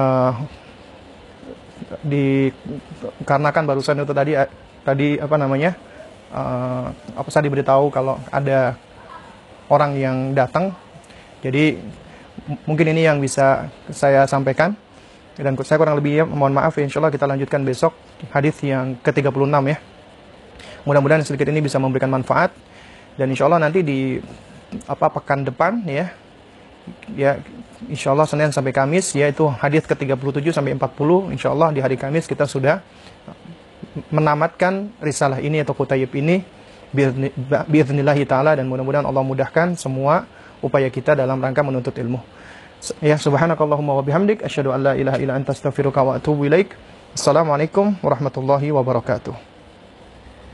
dikarenakan barusan itu tadi apa namanya, apa saya diberitahu kalau ada orang yang datang, jadi mungkin ini yang bisa saya sampaikan, dan saya kurang lebih ya, mohon maaf ya, insya Allah kita lanjutkan besok hadis yang ke-36 ya. Mudah-mudahan sedikit ini bisa memberikan manfaat, dan insya Allah nanti di pekan depan ya insya Allah Senin sampai Kamis, yaitu hadis ke-37 sampai 40, insya Allah di hari Kamis kita sudah menamatkan risalah ini atau kutayib ini biidznillahi ta'ala, dan mudah-mudahan Allah mudahkan semua upaya kita dalam rangka menuntut ilmu. Ya, subhanakallahumma wa bihamdik asyhadu an la ilaha illa anta astaghfiruka wa atubu ilaik. Assalamualaikum warahmatullahi wabarakatuh.